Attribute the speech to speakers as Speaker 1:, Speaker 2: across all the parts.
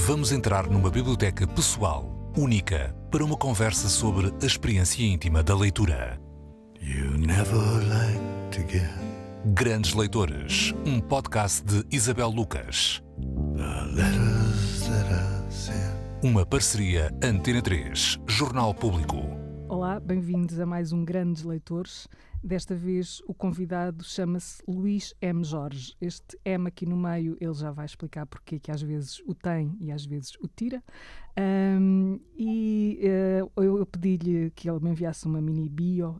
Speaker 1: Vamos entrar numa biblioteca pessoal, única, para uma conversa sobre a experiência íntima da leitura.
Speaker 2: You never like to get
Speaker 1: Grandes Leitores, um podcast de Isabel Lucas.
Speaker 2: the letters that I sent.
Speaker 1: Uma parceria Antena 3, Jornal Público.
Speaker 3: Olá, bem-vindos a mais um Grandes Leitores. Desta vez o convidado chama-se Luís M. Jorge. Este M aqui no meio, ele já vai explicar porque que às vezes o tem e às vezes o tira. Eu pedi-lhe que ele me enviasse uma mini bio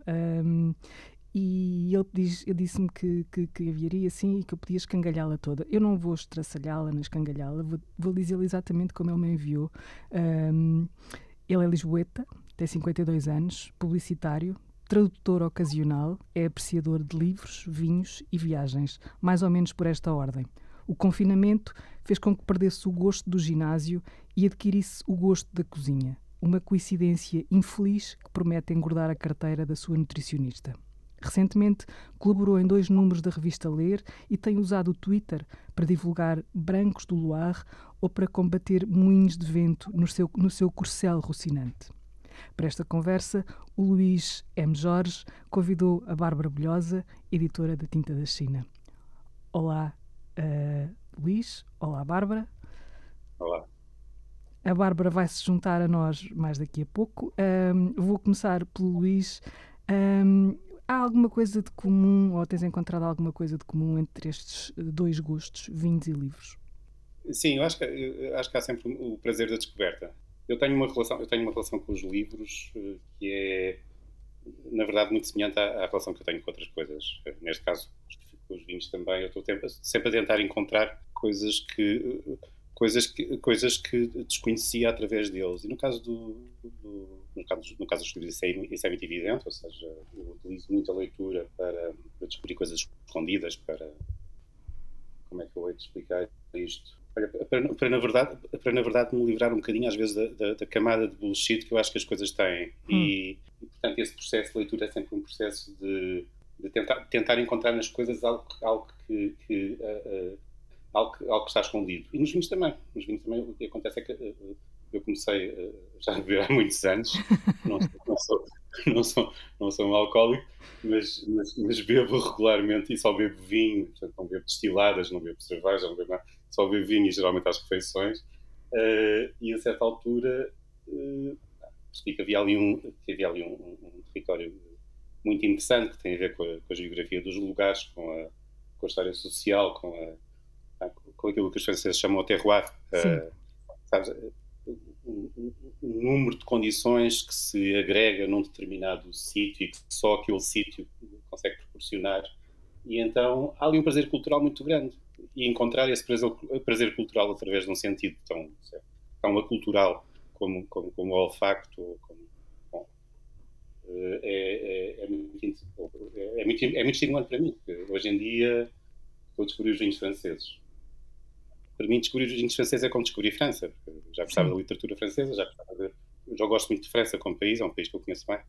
Speaker 3: e ele disse-me que haveria sim e que eu podia escangalhá-la toda. Eu não vou estraçalhá-la nem escangalhá-la, vou dizer-lhe exatamente como ele me enviou. Ele é lisboeta, tem 52 anos, publicitário, tradutor ocasional, é apreciador de livros, vinhos e viagens, mais ou menos por esta ordem. O confinamento fez com que perdesse o gosto do ginásio e adquirisse o gosto da cozinha. Uma coincidência infeliz que promete engordar a carteira da sua nutricionista. Recentemente colaborou em 2 números da revista Ler e tem usado o Twitter para divulgar brancos do Loire ou para combater moinhos de vento no seu corcel rocinante. Para esta conversa, o Luís M. Jorge convidou a Bárbara Bolhosa, editora da Tinta da China. Olá, Luís. Olá, Bárbara.
Speaker 4: Olá.
Speaker 3: A Bárbara vai se juntar a nós mais daqui a pouco. Vou começar pelo Luís. Há alguma coisa de comum, ou tens encontrado alguma coisa de comum entre estes 2 gostos, vinhos e livros?
Speaker 4: Sim, eu acho que há sempre o prazer da descoberta. Eu tenho uma relação com os livros que é, na verdade, muito semelhante à relação que eu tenho com outras coisas. Neste caso, com os vinhos também. Eu estou sempre a tentar encontrar coisas que desconhecia através deles. E no caso no caso dos livros, isso é muito evidente, ou seja, eu utilizo muita leitura para descobrir coisas escondidas, como é que eu hei de explicar isto? Olha, para na verdade me livrar um bocadinho às vezes da camada de bullshit que eu acho que as coisas têm. E portanto esse processo de leitura é sempre um processo de tentar encontrar nas coisas algo que está escondido. E nos vinhos também. O que acontece é que eu comecei já a beber há muitos anos. Não sou um alcoólico, mas bebo regularmente e só bebo vinho. Portanto, não bebo destiladas, não bebo cerveja, não bebo nada. Só bebo vinho geralmente às refeições. E a certa altura percebi que havia ali um território muito interessante que tem a ver com a geografia dos lugares, com a história social, com aquilo que os franceses chamam de terroir. Sabes, um número de condições que se agrega num determinado sítio e que só aquele sítio consegue proporcionar. E então há ali um prazer cultural muito grande. E encontrar esse prazer cultural através de um sentido tão acultural como o olfacto, é muito estimulante para mim. Hoje em dia estou a descobrir os vinhos franceses. Para mim, descobrir os vinhos franceses é como descobrir França. Já gostava da literatura francesa, já gosto muito de França como país, é um país que eu conheço bem.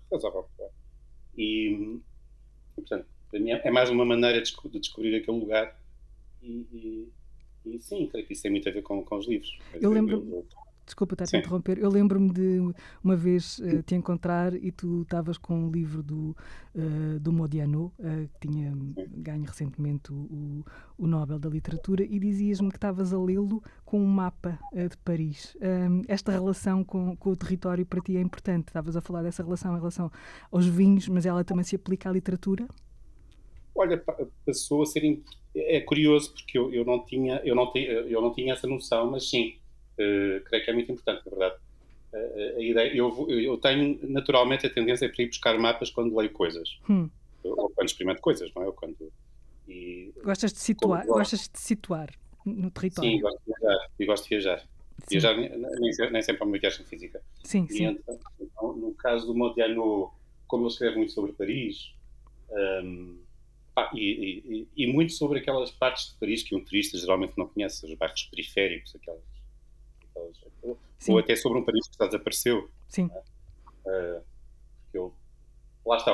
Speaker 4: E portanto, para mim é mais uma maneira de descobrir aquele lugar. E sim, creio que isso tem muito a ver com os livros.
Speaker 3: Eu lembro-me, desculpa estar a interromper, eu lembro-me de uma vez te encontrar e tu estavas com um livro do Modiano, que tinha ganho recentemente o Nobel da Literatura, e dizias-me que estavas a lê-lo com um mapa de Paris. Esta relação com o território para ti é importante. Estavas a falar dessa relação em relação aos vinhos, mas ela também se aplica à literatura?
Speaker 4: Olha, passou a ser... É curioso, porque eu não tinha essa noção, mas sim, creio que é muito importante, na verdade. A ideia, eu tenho naturalmente a tendência para ir buscar mapas quando leio coisas. Ou quando experimento coisas, não é?
Speaker 3: Gostas de situar no território?
Speaker 4: Sim, gosto de viajar.
Speaker 3: Sim.
Speaker 4: Viajar nem sempre é uma viagem física.
Speaker 3: Sim.
Speaker 4: Então, no caso do Modiano, como ele escreve muito sobre Paris... E muito sobre aquelas partes de Paris que um turista geralmente não conhece, os bairros periféricos, ou até sobre um Paris que já desapareceu.
Speaker 3: Sim.
Speaker 4: Lá está,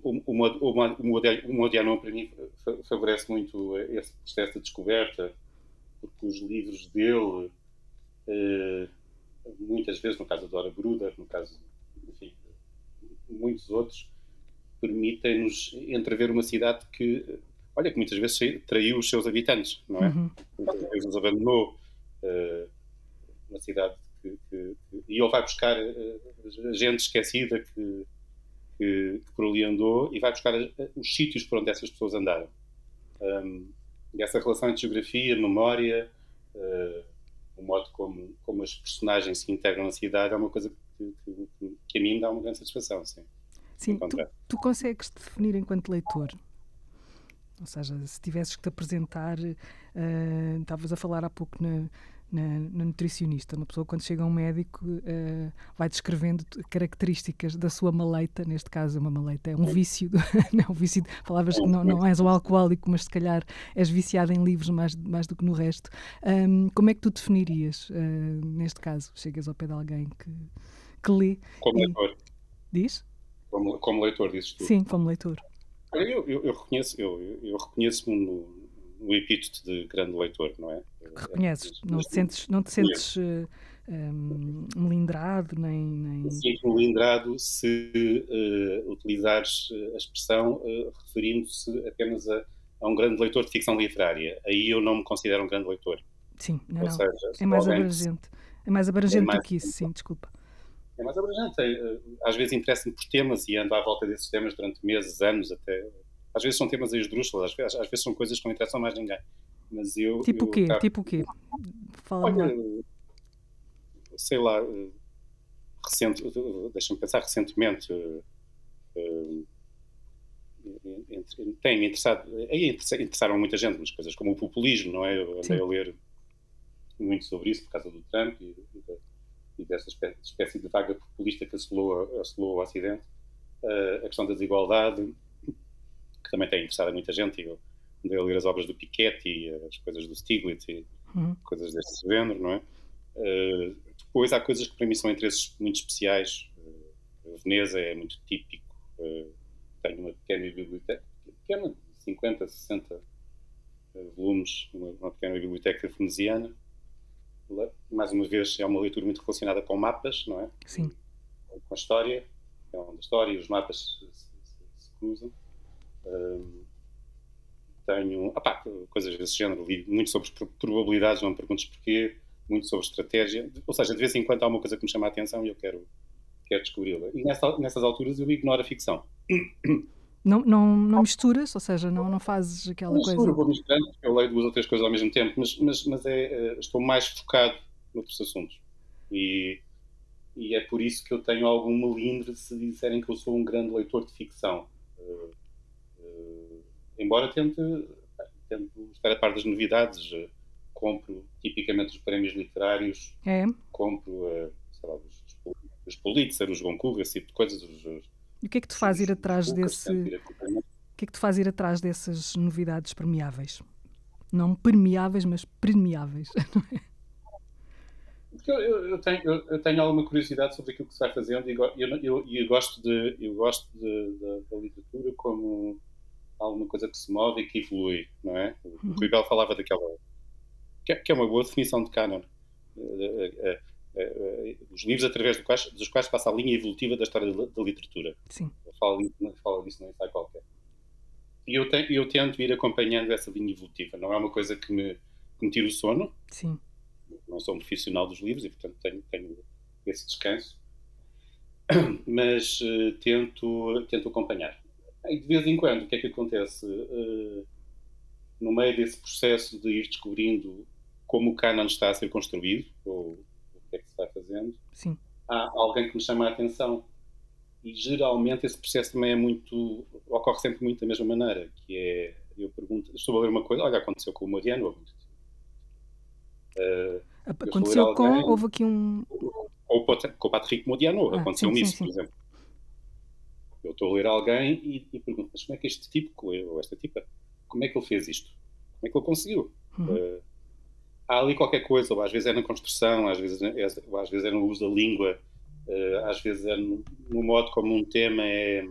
Speaker 4: o Modiano para mim favorece muito esse processo de descoberta, porque os livros dele muitas vezes, no caso da Dora Bruder, no caso, enfim, muitos outros, permitem-nos entrever uma cidade que, olha, que muitas vezes traiu os seus habitantes, não é? Muitas vezes os abandonou, uma cidade e ele vai buscar gente esquecida que por ali andou e vai buscar os sítios por onde essas pessoas andaram. E essa relação entre geografia, memória, o modo como as personagens se integram na cidade é uma coisa que a mim me dá uma grande satisfação.
Speaker 3: Sim, tu consegues te definir enquanto leitor? Ou seja, se tivesses que te apresentar, estavas a falar há pouco na nutricionista, uma pessoa quando chega a um médico vai descrevendo características da sua maleita, neste caso uma maleita é um vício, não, um vício, falavas que não és um alcoólico, mas se calhar és viciado em livros mais do que no resto. Como é que tu definirias, neste caso, chegas ao pé de alguém que lê?
Speaker 4: Como leitor.
Speaker 3: Diz?
Speaker 4: Como leitor, dizes tu?
Speaker 3: Sim, como leitor.
Speaker 4: Eu reconheço-me no epíteto de grande leitor, não é?
Speaker 3: Reconheces? Não te sentes melindrado, nem...
Speaker 4: Sinto melindrado se utilizares a expressão referindo-se apenas a um grande leitor de ficção literária. Aí eu não me considero um grande leitor.
Speaker 3: Sim, não.
Speaker 4: Seja,
Speaker 3: é mais abrangente. É mais abrangente do que isso, sim, desculpa.
Speaker 4: É mais abrangente. Às vezes interesso-me por temas e ando à volta desses temas durante meses, anos, até. Às vezes são temas esdrúxulos, às vezes são coisas que não interessam mais ninguém. Mas
Speaker 3: tipo o quê? Tipo o quê?
Speaker 4: Olha, sei lá, deixa-me pensar, recentemente tem-me interessado, aí interessaram muita gente, mas coisas como o populismo, não é? Eu andei a ler muito sobre isso por causa do Trump e dessa espécie de vaga populista que assolou o Ocidente. A questão da desigualdade, que também tem interessado a muita gente, e eu andei a ler as obras do Piketty e as coisas do Stiglitz e coisas desse género, não é? Depois há coisas que para mim são interesses muito especiais. Veneza é muito típico. Tenho uma pequena biblioteca, pequena, 50, 60 volumes, uma pequena biblioteca veneziana. Mais uma vez, é uma leitura muito relacionada com mapas, não é?
Speaker 3: Sim.
Speaker 4: Com a história, é onde a história e os mapas se cruzam. Tenho coisas desse género, li muito sobre probabilidades, não me perguntes porquê, muito sobre estratégia, ou seja, de vez em quando há uma coisa que me chama a atenção e eu quero descobri-la. E nessas alturas eu ignoro a ficção.
Speaker 3: Não misturas? Ou seja, não fazes aquela coisa...
Speaker 4: Vou misturando, eu leio 2 ou 3 coisas ao mesmo tempo, mas estou mais focado noutros assuntos. E é por isso que eu tenho algum melindre se disserem que eu sou um grande leitor de ficção. Embora tente estar a par das novidades, compro tipicamente os prémios literários, compro sei lá, os Pulitzer, os Goncourt, esse tipo de coisas.
Speaker 3: E o que é que te faz ir atrás O que é que te faz ir atrás dessas novidades premiáveis? Não permeáveis, mas premiáveis, não é?
Speaker 4: Porque eu tenho alguma curiosidade sobre aquilo que se vai fazendo e eu gosto da literatura como alguma coisa que se move e que evolui, não é? O Rui Bell falava daquela... que é uma boa definição de canon. Os livros através dos quais passa a linha evolutiva da história da literatura.
Speaker 3: Sim.
Speaker 4: Fala disso num ensaio qualquer. E eu tento ir acompanhando essa linha evolutiva. Não é uma coisa que me tire o sono.
Speaker 3: Sim.
Speaker 4: Não sou um profissional dos livros e, portanto, tenho esse descanso. Mas tento acompanhar. E de vez em quando, o que é que acontece? No meio desse processo de ir descobrindo como o canon está a ser construído, ou o que é que se vai fazendo,
Speaker 3: sim,
Speaker 4: há alguém que me chama a atenção. E geralmente esse processo também ocorre sempre muito da mesma maneira, que é, eu pergunto, estou a ler uma coisa, olha, aconteceu com o Modiano,
Speaker 3: aconteceu com, houve aqui um...
Speaker 4: Com o Patrick Modiano, aconteceu-me isso, por exemplo. Eu estou a ler alguém e pergunto, mas como é que este tipo, ou esta tipa, como é que ele fez isto? Como é que ele conseguiu? Há ali qualquer coisa, ou às vezes é na construção, às vezes é no uso da língua, às vezes é no modo como um tema é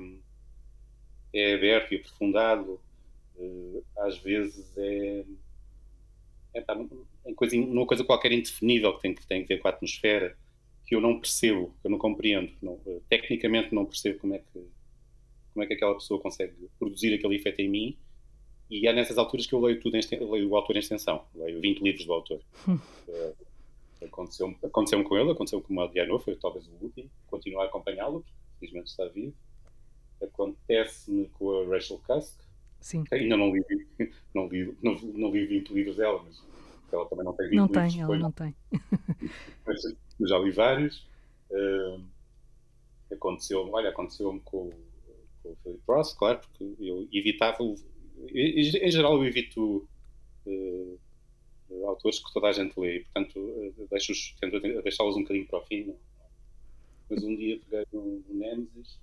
Speaker 4: aberto e aprofundado, às vezes é numa coisa qualquer indefinível que tem a ver com a atmosfera, que eu não percebo, que eu não compreendo. Tecnicamente não percebo como é que aquela pessoa consegue produzir aquele efeito em mim, e é nessas alturas que eu leio leio o autor em extensão, leio 20 livros do autor. Aconteceu-me com ele, aconteceu-me com o Modiano, foi talvez o último, continuo a acompanhá-lo, porque felizmente está vivo. Acontece-me com a Rachel Cusk.
Speaker 3: Sim.
Speaker 4: Ainda não li 20 livros dela, mas ela também não tem 20 livros.
Speaker 3: Ela não tem.
Speaker 4: Mas já li vários. Aconteceu-me com o Philip Roth, claro, porque eu evitava... Em geral eu evito autores que toda a gente lê, e portanto tento deixá-los um bocadinho para o fim. Mas um dia peguei no Nemesis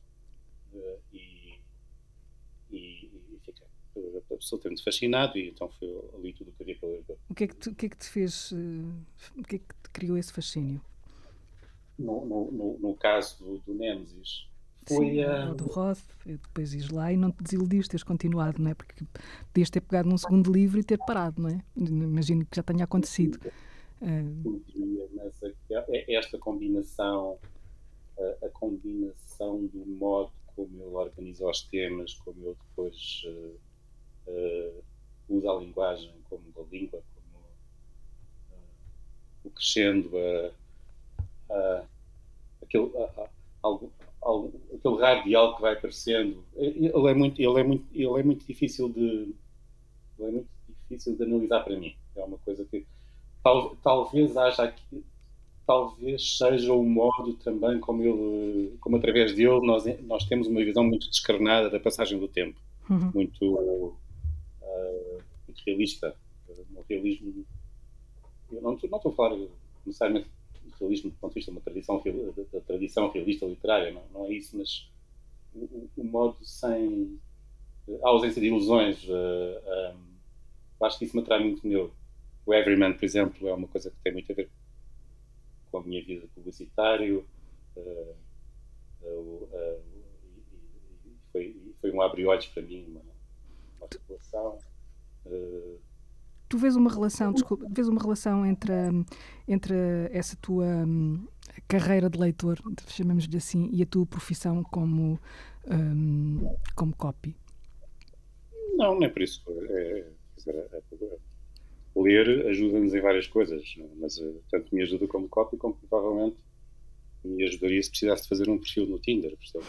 Speaker 4: e fiquei absolutamente fascinado, e então li tudo o que havia para ler.
Speaker 3: O que é que te fez, o que é que te criou esse fascínio?
Speaker 4: No caso do Nemesis, foi
Speaker 3: do Roth, depois ires lá e não te desiludiste, teres continuado, não é? Porque podias ter pegado num segundo livro e ter parado, não é? Imagino que já tenha acontecido.
Speaker 4: Mas esta combinação, a combinação do modo como ele organiza os temas, como ele depois usa a linguagem como a língua, como o crescendo, aquele radial que vai aparecendo. Ele é muito difícil de analisar para mim. É uma coisa que talvez haja aqui, talvez seja o modo também como através dele nós temos uma visão muito descarnada da passagem do tempo, muito realista. Um realismo, eu não estou a falar necessariamente de realismo do ponto de vista de da tradição realista literária, não é isso, mas o modo sem a ausência de ilusões. Acho que isso me atrai muito nele. O Everyman, por exemplo, é uma coisa que tem muito a ver com a minha vida de publicitário. Foi um abre-olhos para mim, uma revelação.
Speaker 3: Tu vês uma relação entre essa tua carreira de leitor, chamemos-lhe assim, e a tua profissão como copy?
Speaker 4: Não, nem por isso. Ler ajuda-nos em várias coisas, mas tanto me ajuda como copy, como provavelmente me ajudaria se precisasse de fazer um perfil no Tinder, percebes?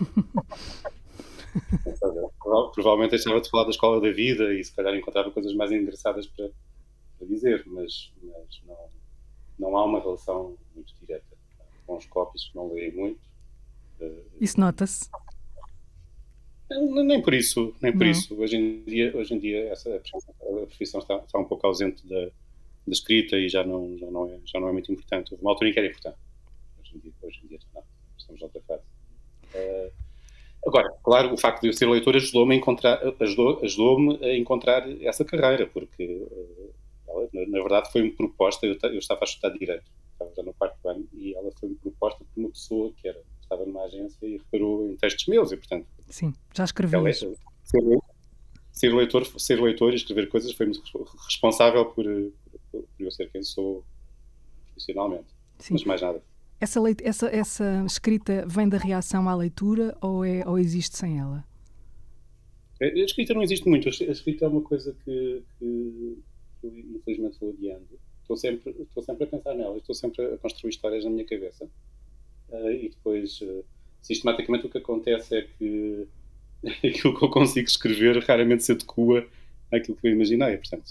Speaker 4: Provavelmente deixava de falar da escola da vida e se calhar encontrava coisas mais engraçadas para dizer, mas não há uma relação muito direta com os copies que não leem muito.
Speaker 3: Isso nota-se?
Speaker 4: Nem por isso. Hoje em dia a profissão está um pouco ausente da escrita e já não é muito importante. Houve uma altura em que era importante. Hoje em dia já não. Estamos noutra fase. Agora, claro, o facto de eu ser leitor ajudou-me a encontrar essa carreira, porque ela, na verdade, foi-me proposta. Eu estava a estudar Direito, estava já no 4º ano, e ela foi-me proposta por uma pessoa que estava numa agência e reparou em textos meus, e portanto...
Speaker 3: Sim, já escrevias.
Speaker 4: Ser leitor e escrever coisas foi-me responsável por eu ser quem sou profissionalmente. Sim. Mas mais nada.
Speaker 3: Essa escrita vem da reação à leitura ou existe sem ela?
Speaker 4: A escrita não existe muito. A escrita é uma coisa que eu infelizmente vou adiando. Estou sempre a pensar nela, estou sempre a construir histórias na minha cabeça. E depois, sistematicamente, o que acontece é que aquilo que eu consigo escrever raramente se adequa àquilo que eu imaginei. Portanto,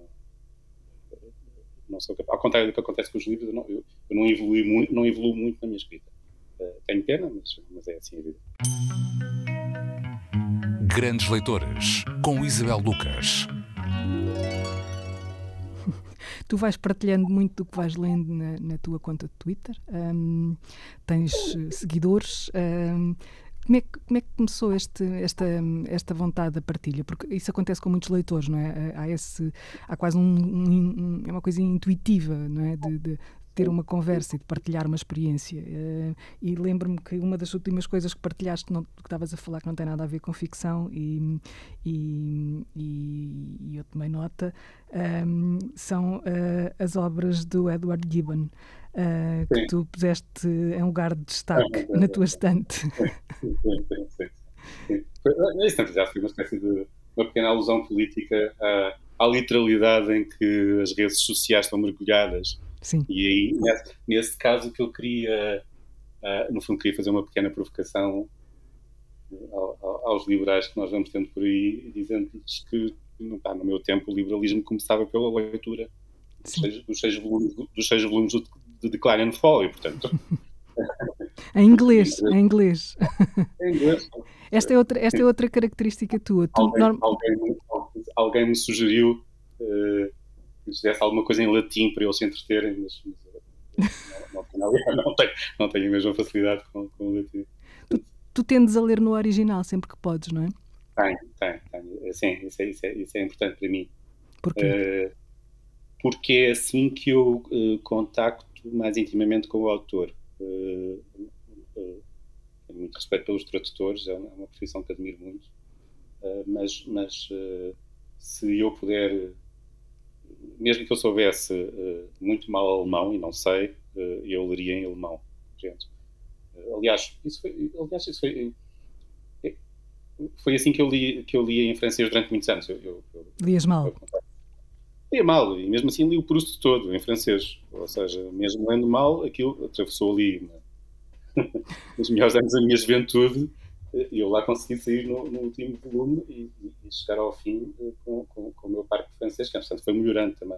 Speaker 4: não sou capaz. Ao contrário do que acontece com os livros, eu não evoluo muito na minha escrita. Tenho pena, mas é assim a vida.
Speaker 1: Grandes Leitores, com Isabel Lucas.
Speaker 3: Tu vais partilhando muito do que vais lendo na tua conta de Twitter. Tens seguidores. Como é que começou esta vontade da partilha? Porque isso acontece com muitos leitores, não é? Há quase é uma coisa intuitiva, não é? De ter uma conversa e de partilhar uma experiência. E lembro-me que uma das últimas coisas que partilhaste, que estavas a falar, que não tem nada a ver com ficção, e eu tomei nota, são as obras do Edward Gibbon, que tu puseste em lugar de destaque na tua estante.
Speaker 4: Sim. Isso já foi uma espécie de uma pequena alusão política à literalidade em que as redes sociais estão mergulhadas.
Speaker 3: Sim.
Speaker 4: E aí, nesse caso, que eu queria, no fundo, queria fazer uma pequena provocação aos liberais que nós vamos tendo por aí, dizendo-lhes que, no meu tempo, o liberalismo começava pela leitura dos 6 volumes de Decline and Fall, e, portanto...
Speaker 3: Em inglês. Esta é outra característica tua.
Speaker 4: Alguém me sugeriu que lhes desse alguma coisa em latim para eles se entreterem, mas não tenho a mesma facilidade com o latim.
Speaker 3: Tu tendes a ler no original sempre que podes, não é?
Speaker 4: Tenho. Sim, isso é importante para mim.
Speaker 3: Porquê?
Speaker 4: Porque é assim que eu contacto mais intimamente com o autor. Tenho muito respeito pelos tradutores, é uma profissão que admiro muito, mas se eu puder, mesmo que eu soubesse muito mal alemão, e não sei, eu leria em alemão, gente. Aliás, isso foi assim que eu li em francês durante muitos anos.
Speaker 3: Lias mal?
Speaker 4: Lia mal, e mesmo assim li o Proust todo em francês, ou seja, mesmo lendo mal, aquilo atravessou ali nos melhores anos da minha juventude, e eu lá consegui sair no último volume e chegar ao fim com o meu parque de francês, que portanto foi melhorando também.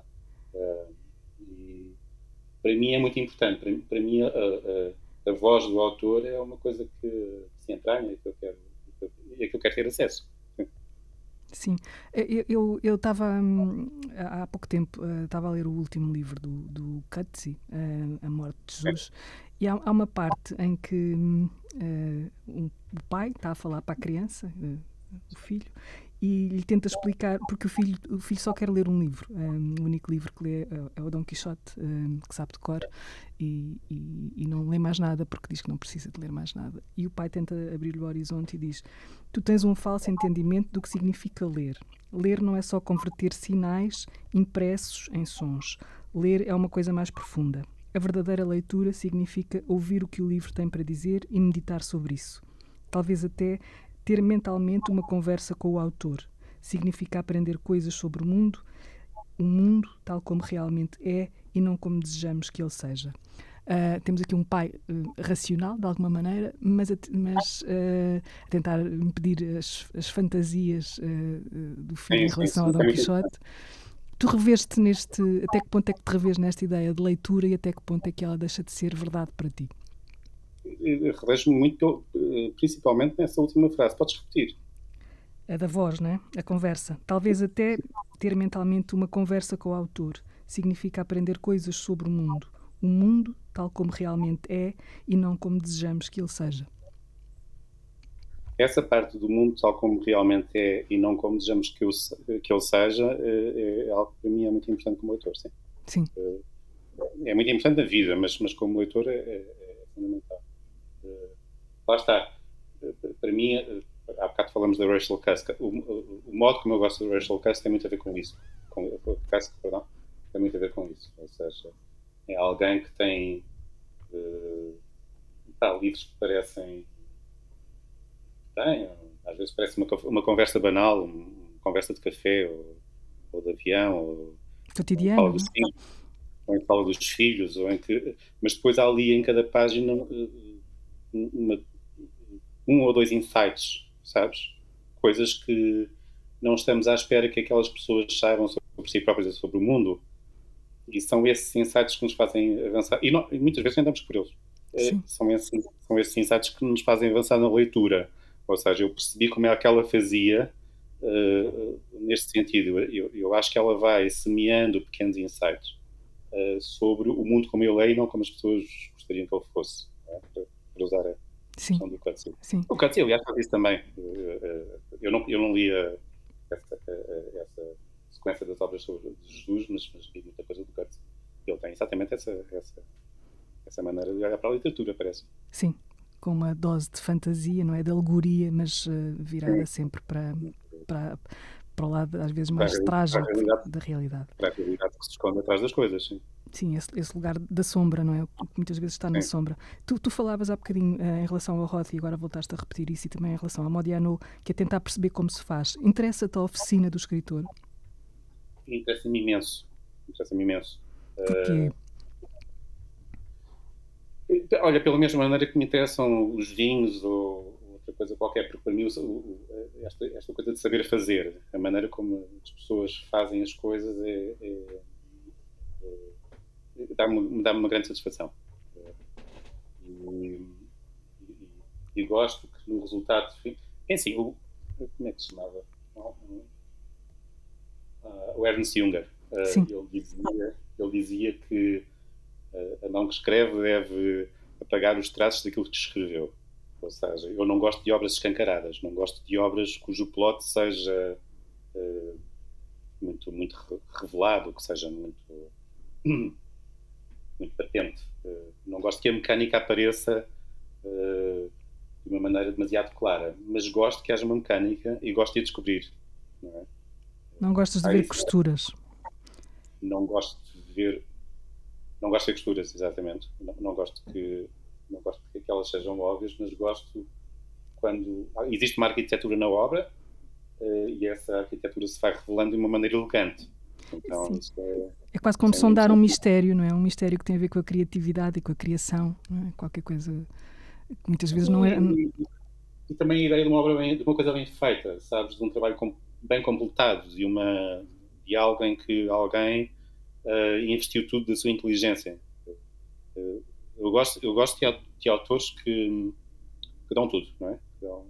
Speaker 4: E para mim é muito importante. Para mim a voz do autor é uma coisa que se entranha e que eu quero ter acesso.
Speaker 3: Sim, eu estava há pouco tempo estava a ler o último livro do Coetzee, A Morte de Jesus, e há uma parte em que o pai está a falar para a criança, o filho, e lhe tenta explicar, porque o filho só quer ler um livro, o único livro que lê é o Dom Quixote, que sabe de cor, e não lê mais nada porque diz que não precisa de ler mais nada. E o pai tenta abrir-lhe o horizonte e diz: tu tens um falso entendimento do que significa ler. Ler não é só converter sinais impressos em sons. Ler é uma coisa mais profunda. A verdadeira leitura significa ouvir o que o livro tem para dizer e meditar sobre isso. Talvez até ter mentalmente uma conversa com o autor. Significa aprender coisas sobre o mundo tal como realmente é e não como desejamos que ele seja. Temos aqui um pai racional, de alguma maneira, mas a tentar impedir as fantasias do filho em relação ao Dom Quixote. Tu reveste até que ponto é que te revês nesta ideia de leitura e até que ponto é que ela deixa de ser verdade para ti?
Speaker 4: Revejo-me muito, principalmente nessa última frase. Podes repetir?
Speaker 3: A da voz, não é? A conversa. Talvez até ter mentalmente uma conversa com o autor. Significa aprender coisas sobre o mundo tal como realmente é e não como desejamos que ele seja.
Speaker 4: Essa parte do mundo tal como realmente é e não como desejamos que ele seja é algo que para mim é muito importante como leitor, sim.
Speaker 3: Sim.
Speaker 4: É muito importante na vida, mas como leitor é fundamental. Lá está. Para mim, há bocado falamos da Rachel Cusk. O modo como eu gosto da Rachel Cusk tem muito a ver com isso. Tem muito a ver com isso. Ou seja, é alguém que tem livros que parecem... às vezes parece uma conversa banal, uma conversa de café ou de avião, ou
Speaker 3: cotidiano,
Speaker 4: ou em que fala dos filhos, mas depois há ali em cada página um ou dois insights, sabes? Coisas que não estamos à espera que aquelas pessoas saibam sobre si próprias e sobre o mundo, e são esses insights que nos fazem avançar, e muitas vezes andamos por eles. São esses insights que nos fazem avançar na leitura. Ou seja, eu percebi como é que ela fazia neste sentido. Eu acho que ela vai semeando pequenos insights sobre o mundo como ele é e não como as pessoas gostariam que ele fosse, para usar a questão do Coetzee. O Coetzee, aliás, faz isso também. Eu não li essa sequência das obras sobre Jesus, mas li muita coisa do Coetzee. Ele tem exatamente essa maneira de olhar para a literatura, parece.
Speaker 3: Sim, com uma dose de fantasia, não é? De alegoria, mas virada sempre para para o lado às vezes
Speaker 4: Para
Speaker 3: mais
Speaker 4: a
Speaker 3: trágico
Speaker 4: realidade.
Speaker 3: da realidade.
Speaker 4: Para a realidade que se esconde atrás das coisas, sim.
Speaker 3: Sim, esse lugar da sombra, não é? Que muitas vezes está na
Speaker 4: Sim.
Speaker 3: sombra. Tu falavas há bocadinho em relação ao Roth, e agora voltaste a repetir isso, e também em relação ao Modiano, que é tentar perceber como se faz. Interessa-te a oficina do escritor?
Speaker 4: Interessa-me imenso. Interessa-me imenso.
Speaker 3: Porquê?
Speaker 4: Olha, pela mesma maneira que me interessam os vinhos ou outra coisa qualquer, porque para mim esta coisa de saber fazer, a maneira como as pessoas fazem as coisas dá-me uma grande satisfação. E gosto que no resultado... É assim, como é que se chamava? O Ernst Jünger. Ele dizia que a mão que escreve deve apagar os traços daquilo que escreveu. Ou seja, eu não gosto de obras escancaradas, não gosto de obras cujo plot seja muito revelado, que seja muito patente. Não gosto que a mecânica apareça de uma maneira demasiado clara, mas gosto que haja uma mecânica e gosto de a descobrir. Não é?
Speaker 3: Não gostas de ver costuras?
Speaker 4: Não gosto de ver costuras, exatamente. Não gosto que elas sejam óbvias, mas gosto quando existe uma arquitetura na obra e essa arquitetura se vai revelando de uma maneira elegante. Então, isso
Speaker 3: é quase como sondar um mistério, não é? Um mistério que tem a ver com a criatividade e com a criação, não é? Qualquer coisa que muitas vezes não é...
Speaker 4: E também a ideia de uma obra de uma coisa bem feita, sabes? De um trabalho bem completado, de algo em que alguém investiu tudo da sua inteligência. Eu gosto de autores que dão tudo, não é?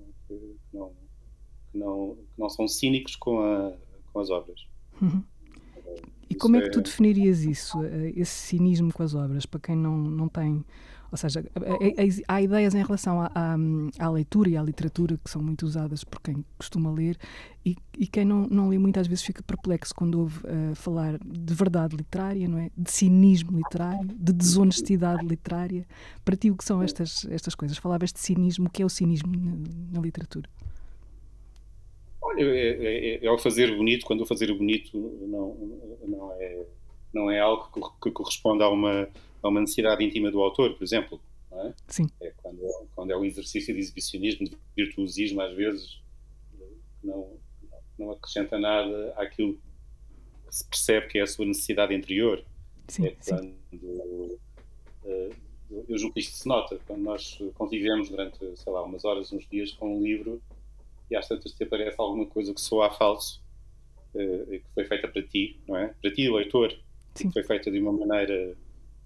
Speaker 4: Que não são cínicos com as obras.
Speaker 3: E como é que tu definirias isso, esse cinismo com as obras, para quem não tem... Ou seja, há ideias em relação à leitura e à literatura que são muito usadas por quem costuma ler e quem não lê muitas vezes fica perplexo quando ouve falar de verdade literária, não é? De cinismo literário, de desonestidade literária. Para ti, o que são estas coisas? Falavas de cinismo. O que é o cinismo na literatura?
Speaker 4: Olha, é o fazer bonito, quando o fazer bonito não é algo que corresponde a uma necessidade íntima do autor, por exemplo. Não é?
Speaker 3: Sim.
Speaker 4: É quando é um exercício de exibicionismo, de virtuosismo, às vezes não acrescenta nada àquilo que se percebe que é a sua necessidade interior.
Speaker 3: Sim,
Speaker 4: quando eu julgo que isto se nota, quando nós convivemos durante, sei lá, umas horas, uns dias com um livro e às tantas te aparece alguma coisa que soa a falso, que foi feita para ti, não é? Para ti, o leitor, que foi feita de uma maneira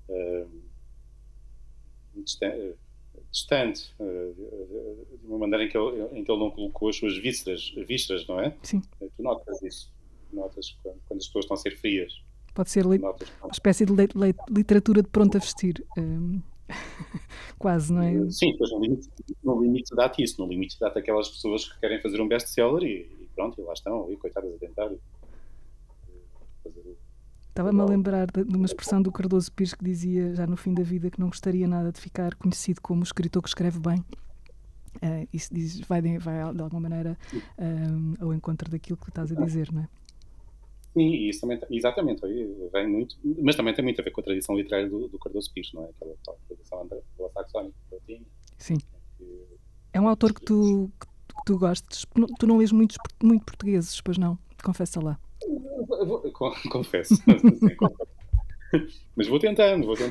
Speaker 4: distante, de uma maneira em que ele não colocou as suas vísceras, não é?
Speaker 3: Sim.
Speaker 4: Tu notas isso. Notas quando as pessoas estão a ser frias.
Speaker 3: Pode ser uma espécie de literatura de pronto a vestir. Quase, não é?
Speaker 4: Sim, pois no limite dá-te isso. No limite dá-te aquelas pessoas que querem fazer um best-seller e pronto, e lá estão, ali, coitadas a tentar fazer.
Speaker 3: Estava-me a lembrar de uma expressão do Cardoso Pires que dizia já no fim da vida que não gostaria nada de ficar conhecido como o escritor que escreve bem. Isso vai de alguma maneira ao encontro daquilo que estás a dizer, não é?
Speaker 4: Sim, isso também, exatamente, vem muito, mas também tem muito a ver com a tradição literária do Cardoso Pires, não é? Aquela tradição anglo-saxónica que eu tinha.
Speaker 3: Sim. É um autor que tu gostes. Tu não lês muito portugueses, pois não? Confessa lá.
Speaker 4: Confesso. Sim, mas vou tentando. Olha.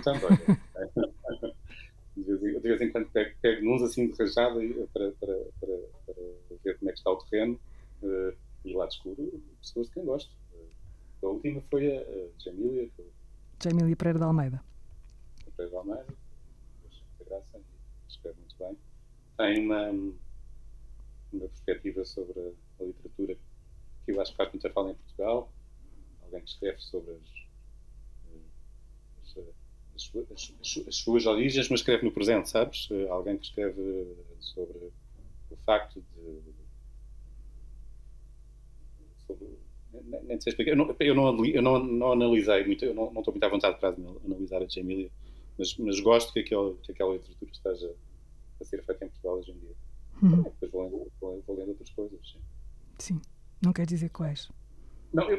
Speaker 4: De vez em quando pego nos assim de rajada para ver como é que está o terreno e lá descubro pessoas de quem gosto. A última foi a
Speaker 3: Jamília Pereira de Almeida.
Speaker 4: Graça, escreve muito bem. Tem uma perspectiva sobre a literatura que eu acho que faz muita falta em Portugal. Alguém que escreve sobre as suas origens, mas escreve no presente, sabes? Alguém que escreve sobre o facto de... nem sei explicar. Eu não analisei muito, eu não estou muito à vontade para analisar a Jamília, mas gosto que aquela literatura esteja a ser feita em Portugal hoje em dia. Depois vou lendo outras coisas.
Speaker 3: Sim. Não quer dizer quais.
Speaker 4: Não,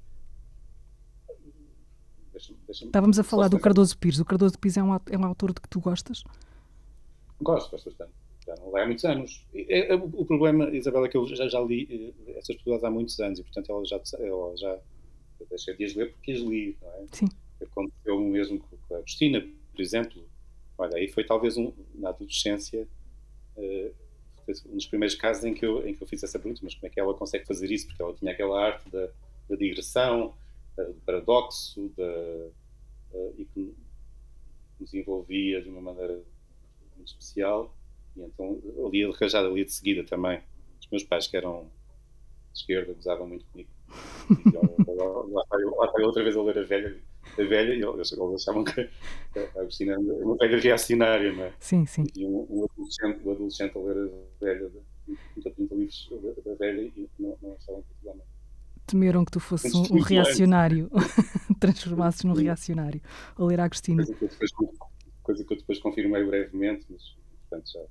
Speaker 3: Estávamos a falar do Cardoso Pires. O Cardoso Pires é um autor de que tu gostas?
Speaker 4: Gosto bastante. Já não leio há muitos anos. O problema, Isabela, é que eu já li essas pessoas há muitos anos e, portanto, ela já deixei de as ler porque as li, não é?
Speaker 3: Sim.
Speaker 4: Aconteceu o mesmo com a Agostina, por exemplo. Olha, aí foi talvez na adolescência um dos primeiros casos em que eu fiz essa pergunta, mas como é que ela consegue fazer isso? Porque ela tinha aquela arte da digressão, do paradoxo, e que nos envolvia de uma maneira muito especial. E então eu lia de rajada, lia de seguida também. Os meus pais, que eram de esquerda, gozavam muito comigo. Lá vai outra vez a ler a velha, e eles achavam que a Agostina era uma velha reacionária, não é?
Speaker 3: Sim, sim.
Speaker 4: E um adolescente a ler a velha, 30 livros da velha, e não achavam que aquilo era.
Speaker 3: Temeram que tu fosses um reacionário, transformasses num reacionário, a ler a Agostina.
Speaker 4: Coisa que eu depois confirmei brevemente, mas portanto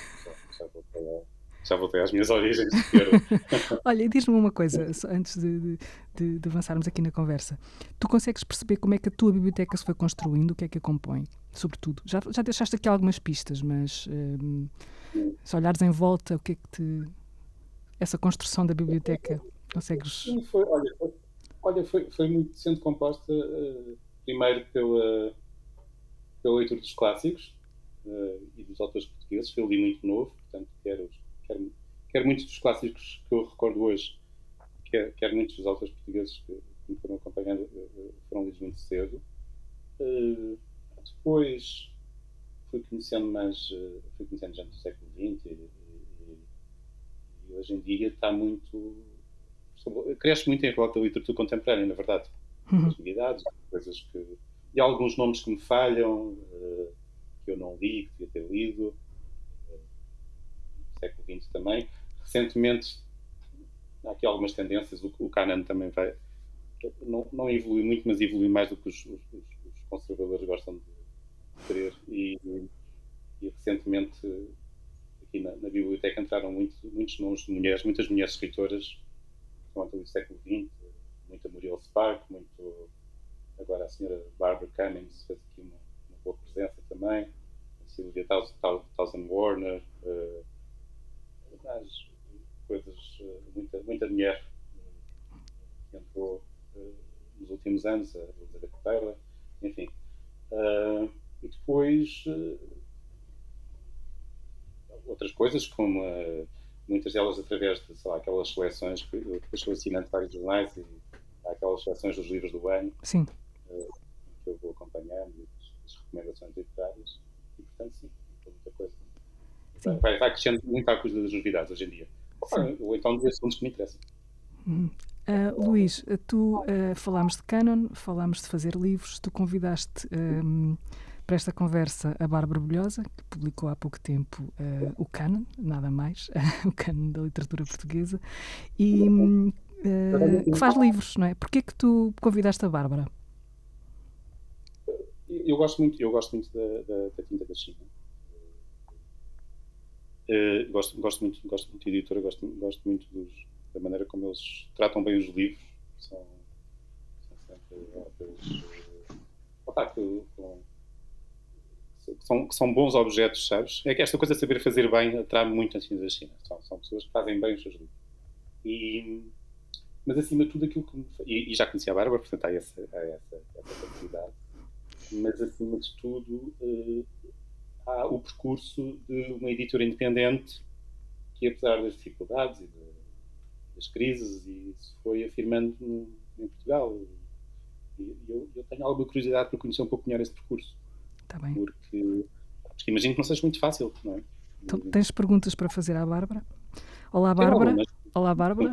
Speaker 4: já voltei às minhas origens.
Speaker 3: Olha, e diz-me uma coisa, antes de avançarmos aqui na conversa. Tu consegues perceber como é que a tua biblioteca se foi construindo, o que é que a compõe? Sobretudo. Já deixaste aqui algumas pistas, mas se olhares em volta, o que é que essa construção da biblioteca consegues...
Speaker 4: Sim, foi muito sendo composta primeiro pela leitura dos clássicos e dos autores portugueses. Eu li muito novo, portanto quer muitos dos clássicos que eu recordo hoje, quer muitos dos autores portugueses que me foram acompanhando, foram lidos muito cedo. Depois fui conhecendo gente do século XX e hoje em dia está muito... cresce muito em volta da literatura contemporânea, na verdade. As novidades, coisas que... E há alguns nomes que me falham, que eu não li, que devia ter lido. No século XX também. Recentemente, há aqui algumas tendências. O Canon também vai... Não evolui muito, mas evolui mais do que os conservadores gostam de querer. E recentemente, aqui na biblioteca, entraram muitos nomes de mulheres, muitas mulheres escritoras, do século XX, muita Muriel Spark, agora a senhora Barbara Cummings fez aqui uma boa presença também, a Sylvia Townsend Warner, mais coisas, muita mulher que entrou nos últimos anos, a Elizabeth Taylor, enfim. E depois outras coisas, como muitas delas através de, sei lá, aquelas seleções que eu depois sou assinante de vários jornais, e há aquelas seleções dos livros do ano.
Speaker 3: Sim.
Speaker 4: Que eu vou acompanhando, e as recomendações literárias, e portanto sim, muita coisa. Vai crescendo muito à custa das novidades hoje em dia. Ou então dos assuntos que me interessam.
Speaker 3: Luís, tu falámos de Canon, falámos de fazer livros, tu convidaste para esta conversa a Bárbara Bolhosa, que publicou há pouco tempo o Canon, nada mais, o Canon da literatura portuguesa, e que faz livros, não é? Porquê que tu convidaste a Bárbara?
Speaker 4: Eu gosto muito da tinta da China. Gosto muito de editora, gosto muito da maneira como eles tratam bem os livros. São sempre que são bons objetos, sabes? É que esta coisa de saber fazer bem atrai muito a tinta da China. São pessoas que fazem bem os seus livros. Mas acima de tudo aquilo que e já conhecia a Bárbara, portanto há essa capacidade. Mas acima de tudo há o percurso de uma editora independente que, apesar das dificuldades e das crises, e se foi afirmando em Portugal. E eu tenho alguma curiosidade para conhecer um pouco melhor esse percurso.
Speaker 3: Está bem.
Speaker 4: Porque imagino que não seja muito fácil, não é?
Speaker 3: Então, tens perguntas para fazer à Bárbara? Olá, Bárbara. Olá, Bárbara.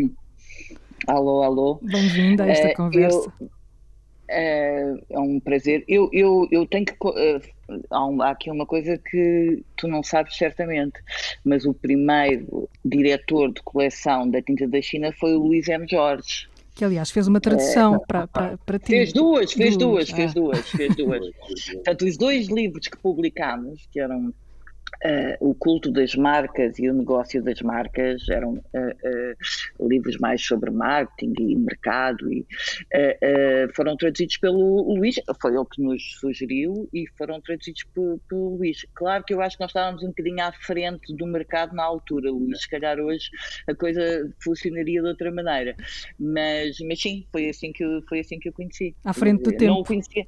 Speaker 5: Alô.
Speaker 3: Bem-vinda a esta conversa.
Speaker 5: É um prazer. Eu tenho que... há aqui uma coisa que tu não sabes certamente, mas o primeiro diretor de coleção da tinta da China foi o Luís M. Jorge.
Speaker 3: Que, aliás, fez uma tradução para ti.
Speaker 5: Fez duas. Portanto, os dois livros que publicámos, que eram O culto das marcas e o negócio das marcas eram livros mais sobre marketing e mercado e foram traduzidos pelo Luís, foi ele que nos sugeriu e foram traduzidos pelo Luís. Claro que eu acho que nós estávamos um bocadinho à frente do mercado na altura, Luís, se calhar hoje a coisa funcionaria de outra maneira, mas sim, foi assim que eu conheci.
Speaker 3: À frente do tempo.
Speaker 5: Não o conhecia.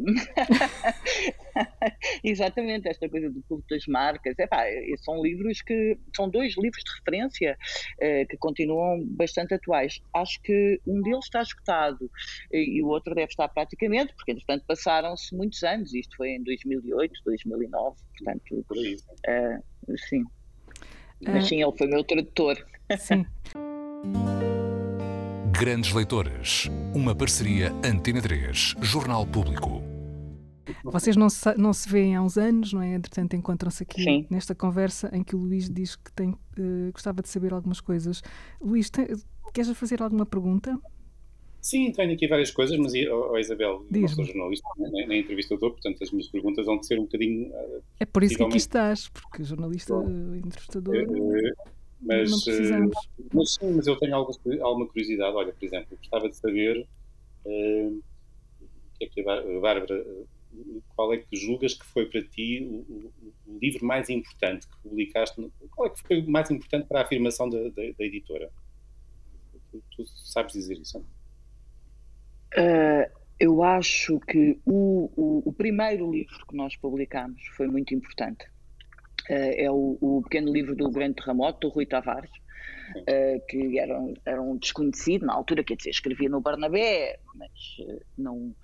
Speaker 5: Exatamente, esta coisa do culto das marcas. São 2 livros de referência que continuam bastante atuais. Acho que um deles está esgotado e o outro deve estar praticamente, porque entretanto passaram-se muitos anos, isto foi em 2008, 2009, portanto
Speaker 4: Por aí.
Speaker 5: sim, mas sim, ele foi meu tradutor.
Speaker 3: Sim.
Speaker 1: Grandes Leitores, uma parceria Antena 3, Jornal Público.
Speaker 3: Vocês não se veem há uns anos, não é? Entretanto, encontram-se aqui
Speaker 5: Sim.
Speaker 3: nesta conversa em que o Luís diz que gostava de saber algumas coisas. Luís, queres fazer alguma pergunta?
Speaker 4: Sim, tenho aqui várias coisas, mas Isabel, eu não sou jornalista, nem entrevistador, portanto as minhas perguntas vão ser um bocadinho...
Speaker 3: É por isso que aqui estás, porque jornalista, entrevistador...
Speaker 4: Mas eu tenho alguma curiosidade. Olha, por exemplo, eu gostava de saber o que é a Bárbara, qual é que julgas que foi para ti o livro mais importante que publicaste? Qual é que foi o mais importante para a afirmação da editora? Tu sabes dizer isso?
Speaker 5: Eu acho que o primeiro livro que nós publicámos foi muito importante. É o pequeno livro do Grande Terremoto, do Rui Tavares, que era um desconhecido na altura, quer dizer, escrevia no Barnabé, mas não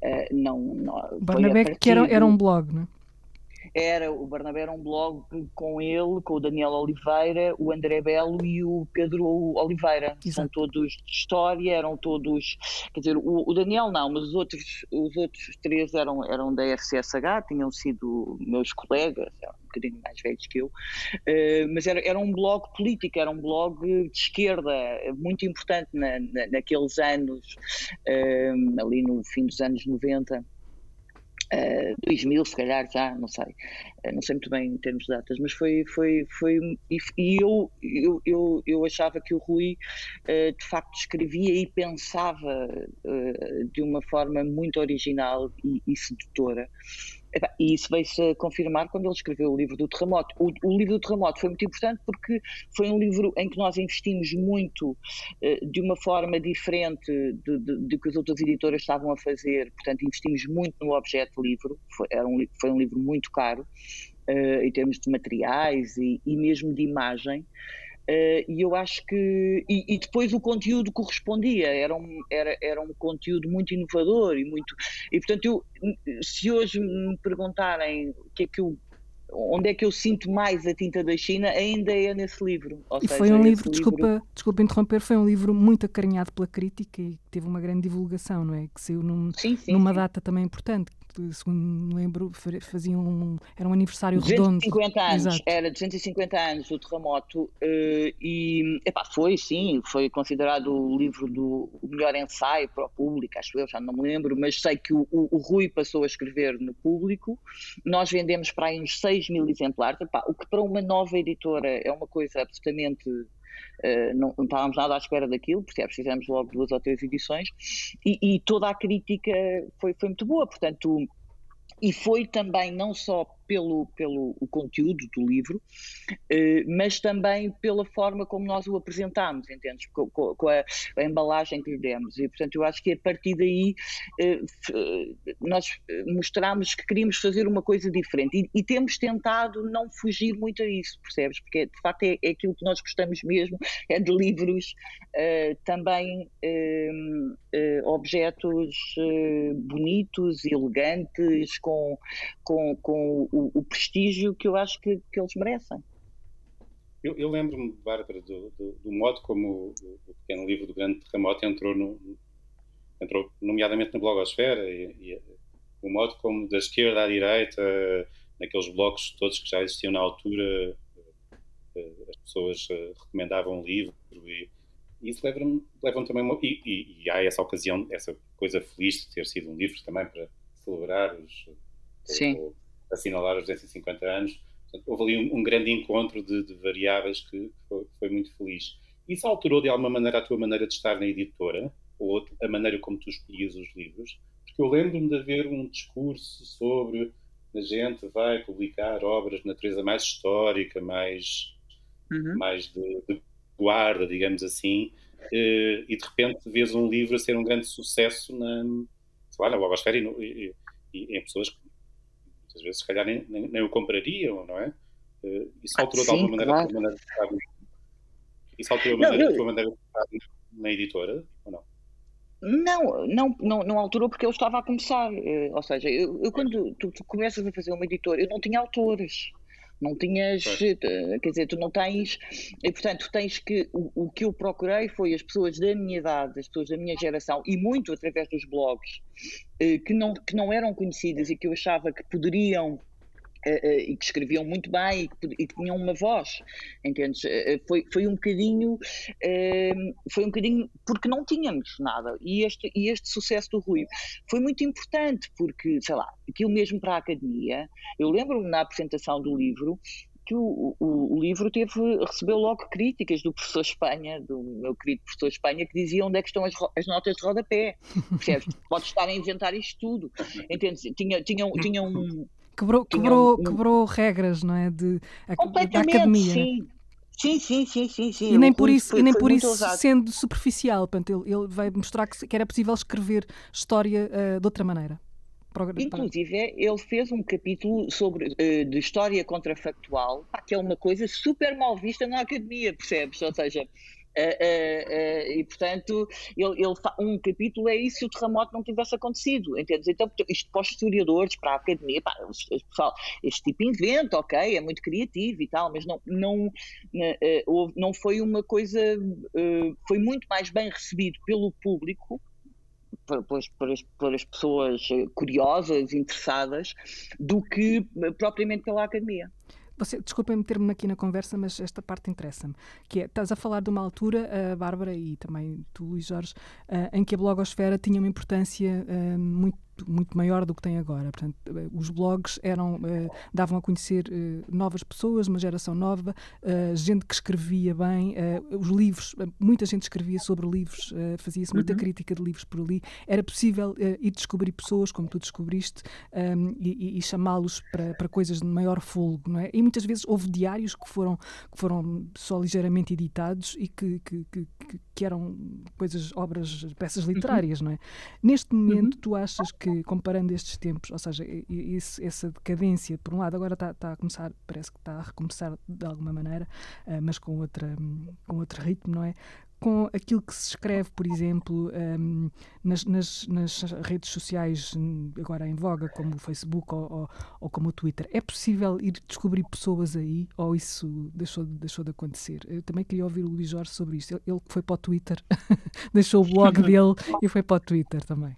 Speaker 3: Barnabé, que era um blog, não é?
Speaker 5: O Barnabé era um blog com ele, com o Daniel Oliveira, o André Belo e o Pedro Oliveira.
Speaker 3: Exato.
Speaker 5: São todos de história, eram todos, quer dizer, o Daniel não, mas os outros 3 eram da FCSH, tinham sido meus colegas, eram um bocadinho mais velhos que eu, mas era um blog político, era um blog de esquerda, muito importante naqueles anos, ali no fim dos anos 90. 2000 se calhar já, não sei muito bem em termos de datas, mas foi e eu achava que o Rui de facto escrevia e pensava de uma forma muito original e sedutora. E isso veio-se a confirmar quando ele escreveu o livro do terremoto. O livro do terremoto foi muito importante porque foi um livro em que nós investimos muito de uma forma diferente de que as outras editoras estavam a fazer. Portanto, investimos muito no objeto livro. Foi um livro muito caro em termos de materiais e mesmo de imagem. E eu acho que... E depois o conteúdo correspondia, era um conteúdo muito inovador e portanto, se hoje me perguntarem onde é que eu sinto mais a tinta da China, ainda é nesse livro. Ou seja,
Speaker 3: foi um livro, desculpa interromper, foi um livro muito acarinhado pela crítica e teve uma grande divulgação, não é? Que saiu numa data também importante. Segundo me lembro, era um aniversário redondo.
Speaker 5: 250 anos,
Speaker 3: Exato.
Speaker 5: Era 250 anos o terremoto e foi considerado o livro o melhor ensaio para o público, acho eu, já não me lembro, mas sei que o Rui passou a escrever no Público, nós vendemos para aí uns 6.000 exemplares, o que para uma nova editora é uma coisa absolutamente... não estávamos nada à espera daquilo, percebes? Fizemos logo 2 ou 3 edições e toda a crítica foi muito boa, portanto, e foi também não só pelo o conteúdo do livro, mas também pela forma como nós o apresentámos, entendes? Com a embalagem que lhe demos. E, portanto, eu acho que a partir daí nós mostramos que queríamos fazer uma coisa diferente e temos tentado não fugir muito a isso, percebes? Porque, de facto, é aquilo que nós gostamos mesmo, é de livros, também objetos bonitos, elegantes, com o prestígio que eu acho que eles merecem.
Speaker 4: Eu lembro-me, Bárbara, do modo como o pequeno livro do Grande Terremoto entrou nomeadamente na blogosfera e o modo como da esquerda à direita, naqueles blocos todos que já existiam na altura, as pessoas recomendavam o livro e isso leva-me também... E há essa ocasião, essa coisa feliz de ter sido um livro também para celebrar assinalar os 250 anos. Portanto, houve ali um grande encontro de variáveis que foi muito feliz. Isso alterou de alguma maneira a tua maneira de estar na editora? Ou a maneira como tu escolhias os livros? Porque eu lembro-me de haver um discurso sobre a gente vai publicar obras de natureza mais histórica, mais de guarda, digamos assim, e de repente vês um livro a ser um grande sucesso na blogosfera e em pessoas que muitas vezes se calhar nem o comprariam, não é? Isso alterou de alguma maneira a tua maneira de estar? Isso alterou a tua maneira de estar na editora, ou não?
Speaker 5: Não alterou porque eu estava a começar. Ou seja, eu quando tu começas a fazer uma editora, eu não tinha autores. Não tinhas, quer dizer, tu não tens, e portanto tu tens que, o que eu procurei foi as pessoas da minha idade, as pessoas da minha geração, e muito através dos blogs, que não eram conhecidas e que eu achava que poderiam, e que escreviam muito bem e que tinham uma voz, entendes? Foi um bocadinho porque não tínhamos nada, e este sucesso do Rui foi muito importante porque, sei lá, aquilo mesmo para a Academia. Eu lembro-me na apresentação do livro que o livro recebeu logo críticas do professor Espanha, do meu querido professor Espanha, que dizia onde é que estão as notas de rodapé, percebes? Podes estar a inventar isto tudo, entendes? Tinha um...
Speaker 3: Quebrou regras, não é? Da academia.
Speaker 5: Sim. Sim.
Speaker 3: E nem por isso sendo superficial. Portanto, ele vai mostrar que era possível escrever história de outra maneira.
Speaker 5: Inclusive, ele fez um capítulo de história contrafactual, que é uma coisa super mal vista na academia, percebes? Ou seja... e portanto um capítulo é isso se o terremoto não tivesse acontecido, entendes? Então isto para os historiadores, para a academia, pessoal, este tipo inventa, ok, é muito criativo e tal, mas não foi uma coisa, foi muito mais bem recebido pelo público, pelas pessoas curiosas, interessadas, do que propriamente pela academia.
Speaker 3: Desculpem meter-me aqui na conversa, mas esta parte interessa-me, que é, estás a falar de uma altura, a Bárbara e também tu, Luís Jorge, em que a blogosfera tinha uma importância muito maior do que tem agora. Portanto, os blogs davam a conhecer novas pessoas, uma geração nova, gente que escrevia bem, os livros, muita gente escrevia sobre livros, fazia-se muita crítica de livros por ali. Era possível ir descobrir pessoas, como tu descobriste, e chamá-los para coisas de maior folgo, não é? E muitas vezes houve diários que foram só ligeiramente editados e que eram peças literárias, não é? Neste momento, tu achas que, comparando estes tempos, ou seja, essa decadência, por um lado, agora parece que está a recomeçar de alguma maneira, mas com outro ritmo, não é? Com aquilo que se escreve, por exemplo, nas redes sociais agora em voga, como o Facebook ou como o Twitter, é possível ir descobrir pessoas aí, ou isso deixou de acontecer? Eu também queria ouvir o Luís Jorge sobre isto. Ele que foi para o Twitter, deixou o blog dele e foi para o Twitter também.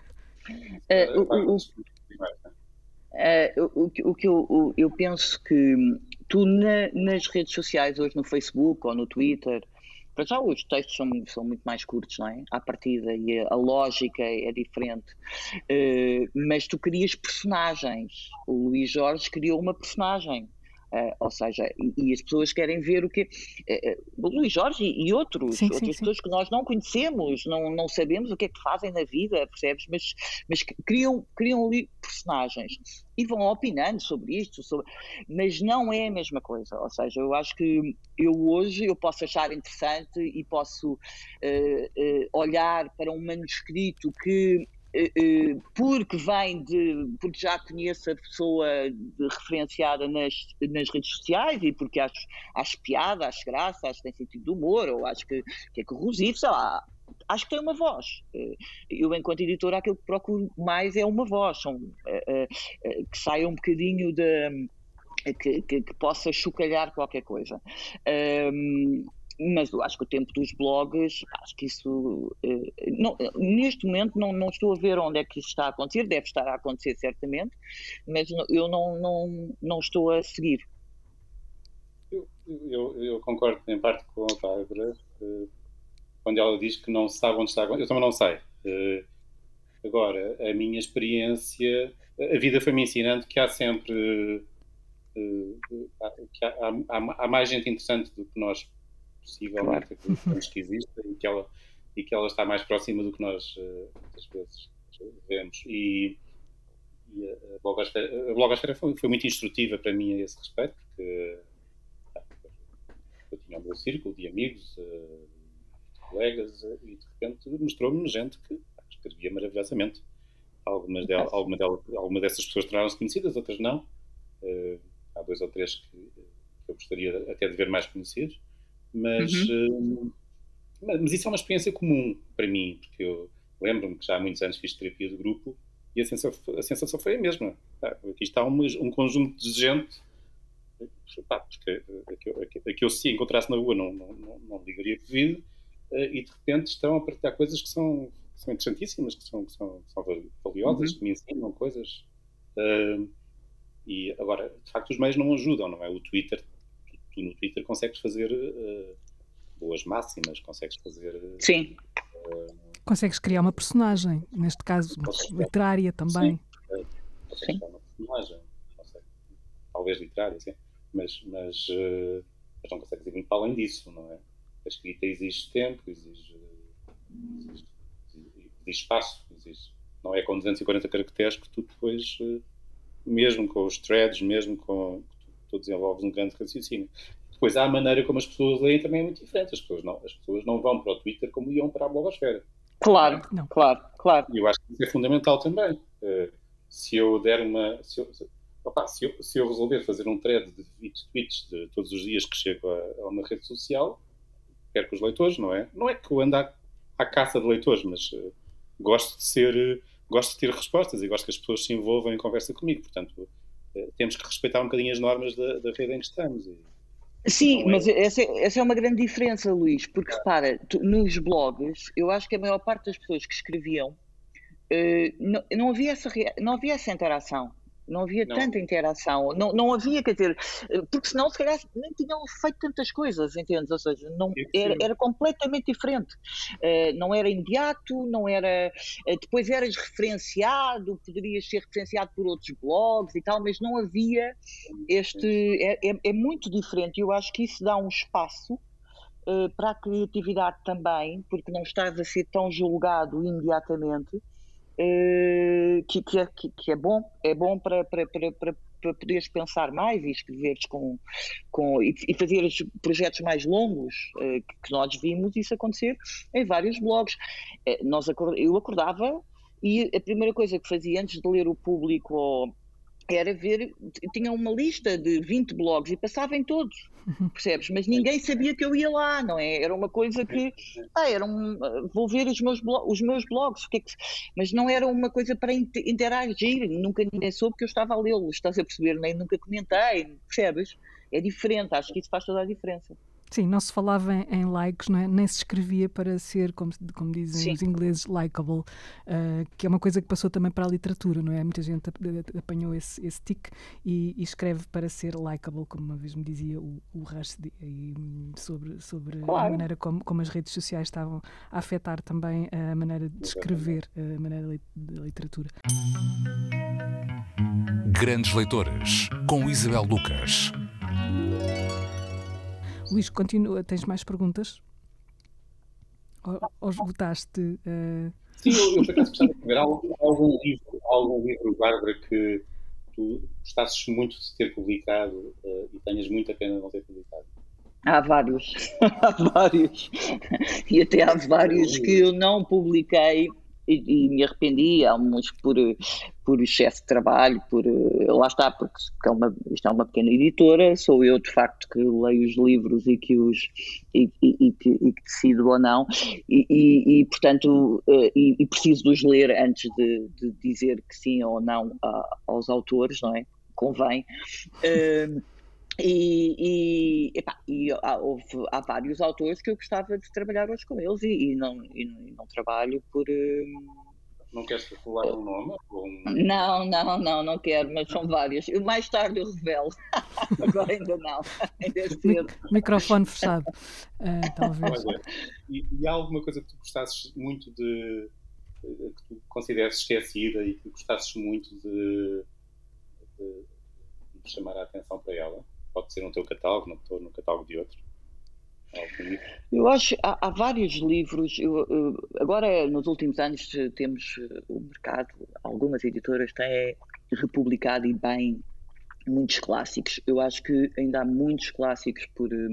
Speaker 5: O que eu penso que tu nas redes sociais, hoje no Facebook ou no Twitter, para já os textos são muito mais curtos, não é? À partida, e a lógica é diferente. Mas tu crias personagens. O Luís Jorge criou uma personagem. Ou seja, e as pessoas querem ver o que o Luís Jorge e outras pessoas que nós não conhecemos, não sabemos o que é que fazem na vida, percebes? Mas criam ali personagens e vão opinando sobre isto, mas não é a mesma coisa. Ou seja, eu acho que hoje eu posso achar interessante e posso olhar para um manuscrito que porque já conheço a pessoa referenciada nas redes sociais e porque acho piada, acho graça, acho que tem sentido de humor, ou acho que é corrosivo, sei lá, acho que tem uma voz. Eu, enquanto editora, aquilo que procuro mais é uma voz, que saia um bocadinho que possa chocalhar qualquer coisa. Mas eu acho que o tempo dos blogs, acho que isso neste momento não estou a ver onde é que isso está a acontecer, deve estar a acontecer certamente, mas eu não estou a seguir.
Speaker 4: Eu concordo em parte com a Bárbara, quando ela diz que não sabe onde está, eu também não sei. Agora, a minha experiência, a vida foi-me ensinando que há sempre há mais gente interessante do que nós possivelmente acreditamos que existe e que ela está mais próxima do que nós muitas vezes vemos. E a blogosfera foi muito instrutiva para mim a esse respeito, porque eu tinha o meu círculo de amigos, de colegas, e de repente mostrou-me gente que escrevia maravilhosamente. Algumas dessas pessoas tornaram-se conhecidas, outras não. Há 2 ou 3 que eu gostaria até de ver mais conhecidos, mas isso é uma experiência comum para mim, porque eu lembro-me que já há muitos anos fiz terapia de grupo e a sensação foi a mesma. Aqui está um conjunto de gente porque a que eu se encontrasse na rua não ligaria Covid, e de repente estão a partilhar coisas que são interessantíssimas, que são valiosas, que me ensinam coisas. E agora, de facto, os meios não ajudam, não é? O Twitter, tu no Twitter consegues fazer boas máximas, consegues fazer...
Speaker 5: Sim.
Speaker 3: Consegues criar uma personagem, neste caso, literária também.
Speaker 4: Consegues criar uma personagem, talvez literária, sim, mas não consegues ir muito para além disso, não é? A escrita exige tempo, exige espaço, não é com 240 caracteres que tu depois, mesmo com os threads, mesmo com tu desenvolves um grande raciocínio. Depois há a maneira como as pessoas leem também é muito diferente. As pessoas não vão para o Twitter como iam para a blogosfera.
Speaker 5: Claro.
Speaker 4: E eu acho que isso é fundamental também. Se eu der se eu resolver fazer um thread de 20 tweets de todos os dias que chego a uma rede social, quero que os leitores, não é? Não é que eu ande à caça de leitores, mas gosto de ter respostas e gosto que as pessoas se envolvam em conversa comigo. Portanto, temos que respeitar um bocadinho as normas da rede em que estamos.
Speaker 5: Sim, mas essa é uma grande diferença, Luís, porque repara, nos blogs, eu acho que a maior parte das pessoas que escreviam não havia essa interação. Não havia tanta interação, não havia, quer dizer, porque senão se calhar nem tinham feito tantas coisas, entendes? Ou seja, era completamente diferente. Não era imediato, não era. Depois eras referenciado, poderias ser referenciado por outros blogs e tal, mas não havia é muito diferente e eu acho que isso dá um espaço para a criatividade também, porque não estás a ser tão julgado imediatamente. Que é bom para poderes pensar mais e escreveres e fazeres projetos mais longos, que nós vimos isso acontecer em vários blogs. Eu acordava e a primeira coisa que fazia antes de ler o Público era ver, tinha uma lista de 20 blogs e passava em todos, percebes? Mas ninguém sabia que eu ia lá, não é? Era uma coisa que, vou ver os meus blogs, mas não era uma coisa para interagir, nunca ninguém soube que eu estava a lê-los, estás a perceber? Nem nunca comentei, percebes? É diferente, acho que isso faz toda a diferença.
Speaker 3: Sim, não se falava em likes, não é? Nem se escrevia para ser, como dizem os ingleses, likable, que é uma coisa que passou também para a literatura, não é? Muita gente apanhou esse tique e escreve para ser likable, como uma vez me dizia o Rushdie, sobre a maneira como as redes sociais estavam a afetar também a maneira de escrever, a maneira da literatura.
Speaker 1: Grandes Leitoras, com Isabel Lucas.
Speaker 3: Luís, continua. Tens mais perguntas? Ou esgotaste?
Speaker 4: Sim, eu por acaso gostava de ver algum livro, Bárbara, que tu gostasses muito de ter publicado e tenhas muita pena de não ter publicado.
Speaker 5: Há vários. E até há vários que eu não publiquei e me arrependi, há uns por excesso de trabalho, lá está, porque isto é uma pequena editora, sou eu de facto que leio os livros e que decido ou não, e portanto, e preciso de os ler antes de dizer que sim ou não aos autores, não é? Convém. Há vários autores que eu gostava de trabalhar hoje com eles e não trabalho por...
Speaker 4: Não queres falar um nome?
Speaker 5: Não quero, mas são vários. Mais tarde eu revelo. Agora ainda não. Ainda é cedo.
Speaker 3: Microfone fechado, talvez.
Speaker 4: Olha, e há alguma coisa que tu gostasses muito que tu consideres esquecida e que gostasses muito de chamar a atenção para ela? Pode ser no teu catálogo, não estou no catálogo de outro.
Speaker 5: Eu acho que há vários livros. Agora, nos últimos anos, temos o mercado, algumas editoras têm republicado e bem muitos clássicos. Eu acho que ainda há muitos clássicos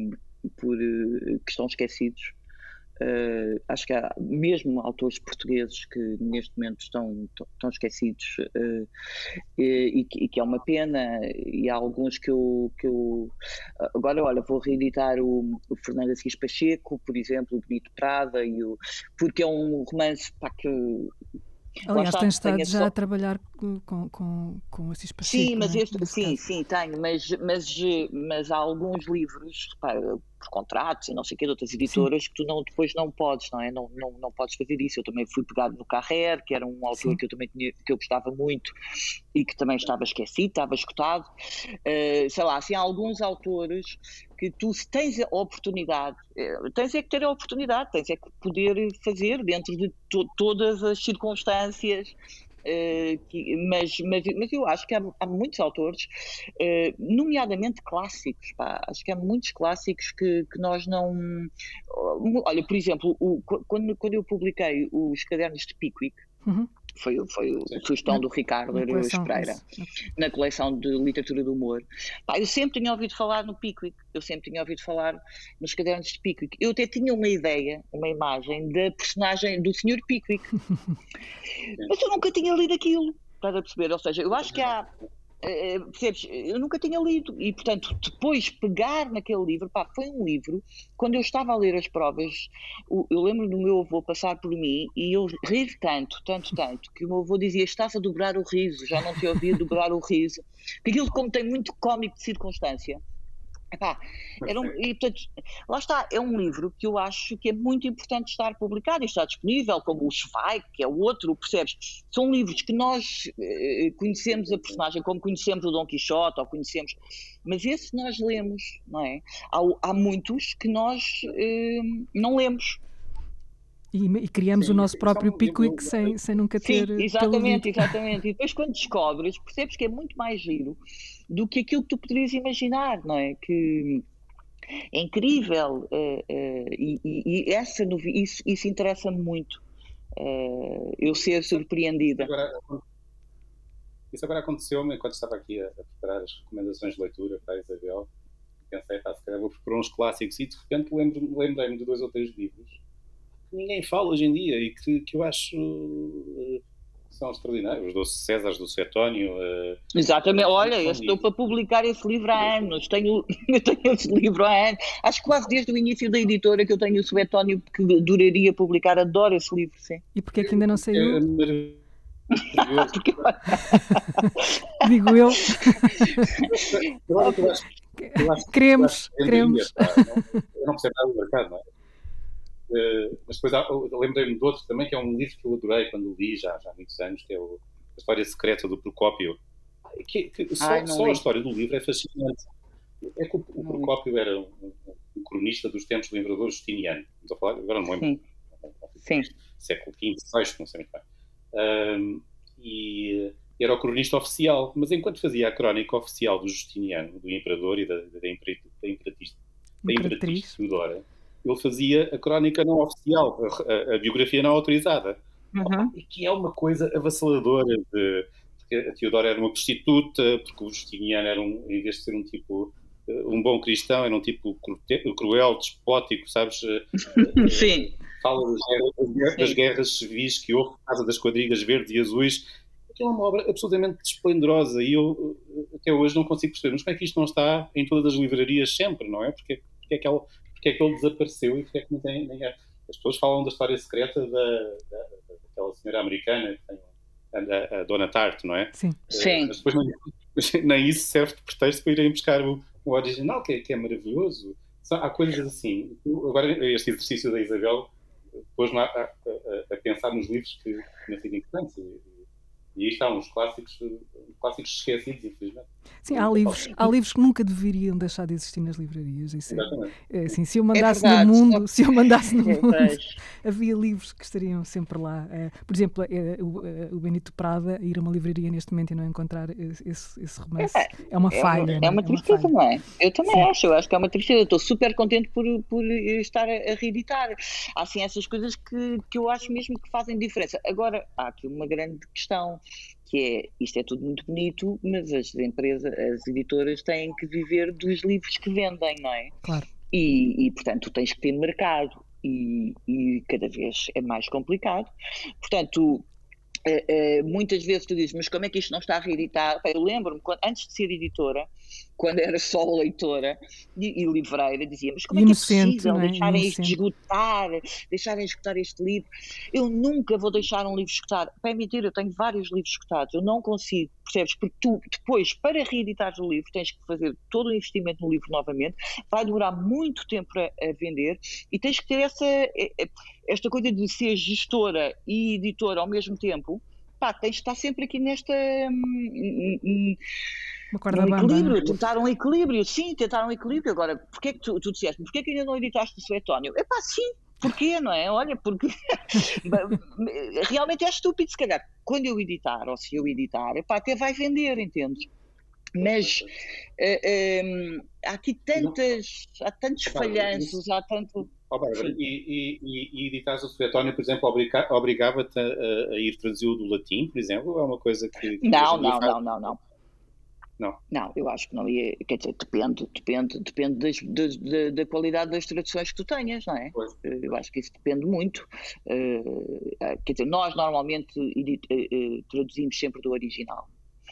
Speaker 5: que estão esquecidos. Acho que há mesmo autores portugueses que neste momento estão esquecidos, e que é uma pena. E há alguns que eu agora, olha, vou reeditar o Fernando Assis Pacheco, por exemplo, o Benito Prada, porque é um romance, pá, que
Speaker 3: aliás, tens estado já a trabalhar com Assis Pacheco.
Speaker 5: Sim, mas
Speaker 3: sim,
Speaker 5: tenho, mas há alguns livros, repara, por contratos e não sei o que, de outras editoras, sim, que tu depois não podes, não é? Não podes fazer isso. Eu também fui pegado no Carrer, que era um autor, sim, que eu também tinha, que eu gostava muito e que também estava esquecido, estava esgotado. Sei lá, assim, há alguns autores que tu, se tens a oportunidade, tens é que ter a oportunidade, tens é que poder fazer dentro de todas as circunstâncias. Mas eu acho que há muitos autores, nomeadamente clássicos, pá, acho que há muitos clássicos que nós não... Olha, por exemplo, quando eu publiquei os Cadernos de Pickwick, uhum, foi a sugestão do Ricardo Araújo Pereira, na coleção de literatura do humor. Pá, eu sempre tinha ouvido falar no Pickwick, eu sempre tinha ouvido falar nos Cadernos de Pickwick. Eu até tinha uma ideia, uma imagem da personagem do Sr. Pickwick, mas eu nunca tinha lido aquilo, estás a perceber? Ou seja, eu acho que há... percebes? Eu nunca tinha lido e, portanto, depois pegar naquele livro, pá, foi um livro, quando eu estava a ler as provas, eu lembro do meu avô passar por mim e eu rir tanto, que o meu avô dizia: estás a dobrar o riso, já não te ouvia dobrar o riso, porque aquilo, como tem muito cómico de circunstância. Epá, e, portanto, lá está, é um livro que eu acho que é muito importante estar publicado e está disponível, como o Zweig, que é o outro, percebes? São livros que nós conhecemos a personagem, como conhecemos o Dom Quixote, ou conhecemos, mas esse nós lemos, não é? Há muitos que nós não lemos.
Speaker 3: E criamos, sim, o nosso próprio Pickwick sem nunca ter...
Speaker 5: Sim, exatamente. E depois, quando descobres, percebes que é muito mais giro do que aquilo que tu poderias imaginar, não é? Que é incrível, e isso interessa-me muito, eu ser surpreendida.
Speaker 4: Isso agora aconteceu-me enquanto estava aqui a preparar as recomendações de leitura para a Isabel. Pensei, se calhar vou procurar uns clássicos, e de repente lembrei-me de 2 ou 3 livros que ninguém fala hoje em dia e que eu acho são extraordinários. Os Doce Césares, do Suetónio.
Speaker 5: Exatamente, olha, eu estou para publicar esse livro há anos, eu tenho esse livro há anos, acho que quase desde o início da editora que eu tenho o Suetónio, que adoraria publicar, adoro esse livro, sim.
Speaker 3: E porquê é que ainda não saiu? Digo eu. Queremos.
Speaker 4: Eu não percebo nada do mercado, não é? Mas depois eu lembrei-me de outro também, que é um livro que eu adorei quando li já há muitos anos, que é A História Secreta do Procópio. Só a história do livro é fascinante. É que o Procópio era um cronista dos tempos do imperador Justiniano. Estou a falar, agora não lembro.
Speaker 5: Sim.
Speaker 4: Século V, VI, não sei muito bem. E era o cronista oficial, mas enquanto fazia a crónica oficial do Justiniano, do imperador e da imperatriz Teodora, ele fazia a crónica não oficial, a biografia não autorizada.
Speaker 5: Uhum.
Speaker 4: E que é uma coisa avassaladora. Porque a Teodora era uma prostituta, porque o Justiniano era em vez de ser um tipo, um bom cristão, era um tipo cruel, despótico, sabes?
Speaker 5: Sim.
Speaker 4: Fala das guerras civis que houve por causa das quadrigas verdes e azuis. Aquilo é uma obra absolutamente esplendorosa e eu até hoje não consigo perceber. Mas como é que isto não está em todas as livrarias sempre, não é? Porque é que ele desapareceu e porque é que não tem ninguém? As pessoas falam da história secreta daquela senhora americana que tem a Dona Tart, não é?
Speaker 3: Sim.
Speaker 4: Mas depois nem isso serve de pretexto para irem buscar o original, que é maravilhoso. Há coisas assim. Agora, este exercício da Isabel pôs-me a pensar nos livros que tinham sido importantes. E aí estão uns clássicos esquecidos, infelizmente.
Speaker 3: Sim, há livros que nunca deveriam deixar de existir nas livrarias. Isso assim, se eu mandasse
Speaker 5: verdade,
Speaker 3: no mundo,
Speaker 5: Pois.
Speaker 3: havia livros que estariam sempre lá. Por exemplo, o Benito Prada, ir a uma livraria neste momento e não encontrar esse romance é uma falha.
Speaker 5: É uma tristeza, não é? Eu também
Speaker 3: Sim.
Speaker 5: acho, eu acho que é uma tristeza. Estou super contente por estar a reeditar. Há assim essas coisas que eu acho mesmo que fazem diferença. Agora, há aqui uma grande questão, que é, isto é tudo muito bonito, mas as empresas, as editoras têm que viver dos livros que vendem, não é?
Speaker 3: Claro.
Speaker 5: E portanto, tu tens que ter mercado e cada vez é mais complicado. Portanto, muitas vezes tu dizes, mas como é que isto não está a reeditar? Eu lembro-me, antes de ser editora, quando era só leitora e livreira, dizia, mas como é que é possível deixarem isto deixarem esgotar este livro? Eu nunca vou deixar um livro esgotado. Para mentir, eu tenho vários livros esgotados, eu não consigo, percebes? Porque tu, depois, para reeditar o livro, tens que fazer todo o investimento no livro novamente, vai demorar muito tempo a vender e tens que ter esta coisa de ser gestora e editora ao mesmo tempo. Pá, tens de estar sempre aqui nesta...
Speaker 3: Uma corda bamba,
Speaker 5: equilíbrio, tentar um equilíbrio, sim, tentar um equilíbrio. Agora, porquê que tu disseste, porquê que ainda não editaste o Suetónio? É pá, sim, porquê, não é? Olha, porque realmente é estúpido, se calhar, quando eu editar, ou se eu editar, epá, até vai vender, entendes? Mas há aqui há tantos falhanços, há tanto...
Speaker 4: Bárbara, e editares o Suetónio, por exemplo, obrigava-te a ir traduzi-lo do latim, por exemplo? É uma coisa que
Speaker 5: Não, eu acho que não ia. Quer dizer, depende da qualidade das traduções que tu tenhas, não é?
Speaker 4: Pois.
Speaker 5: Eu acho que isso depende muito. Quer dizer, nós normalmente traduzimos sempre do original.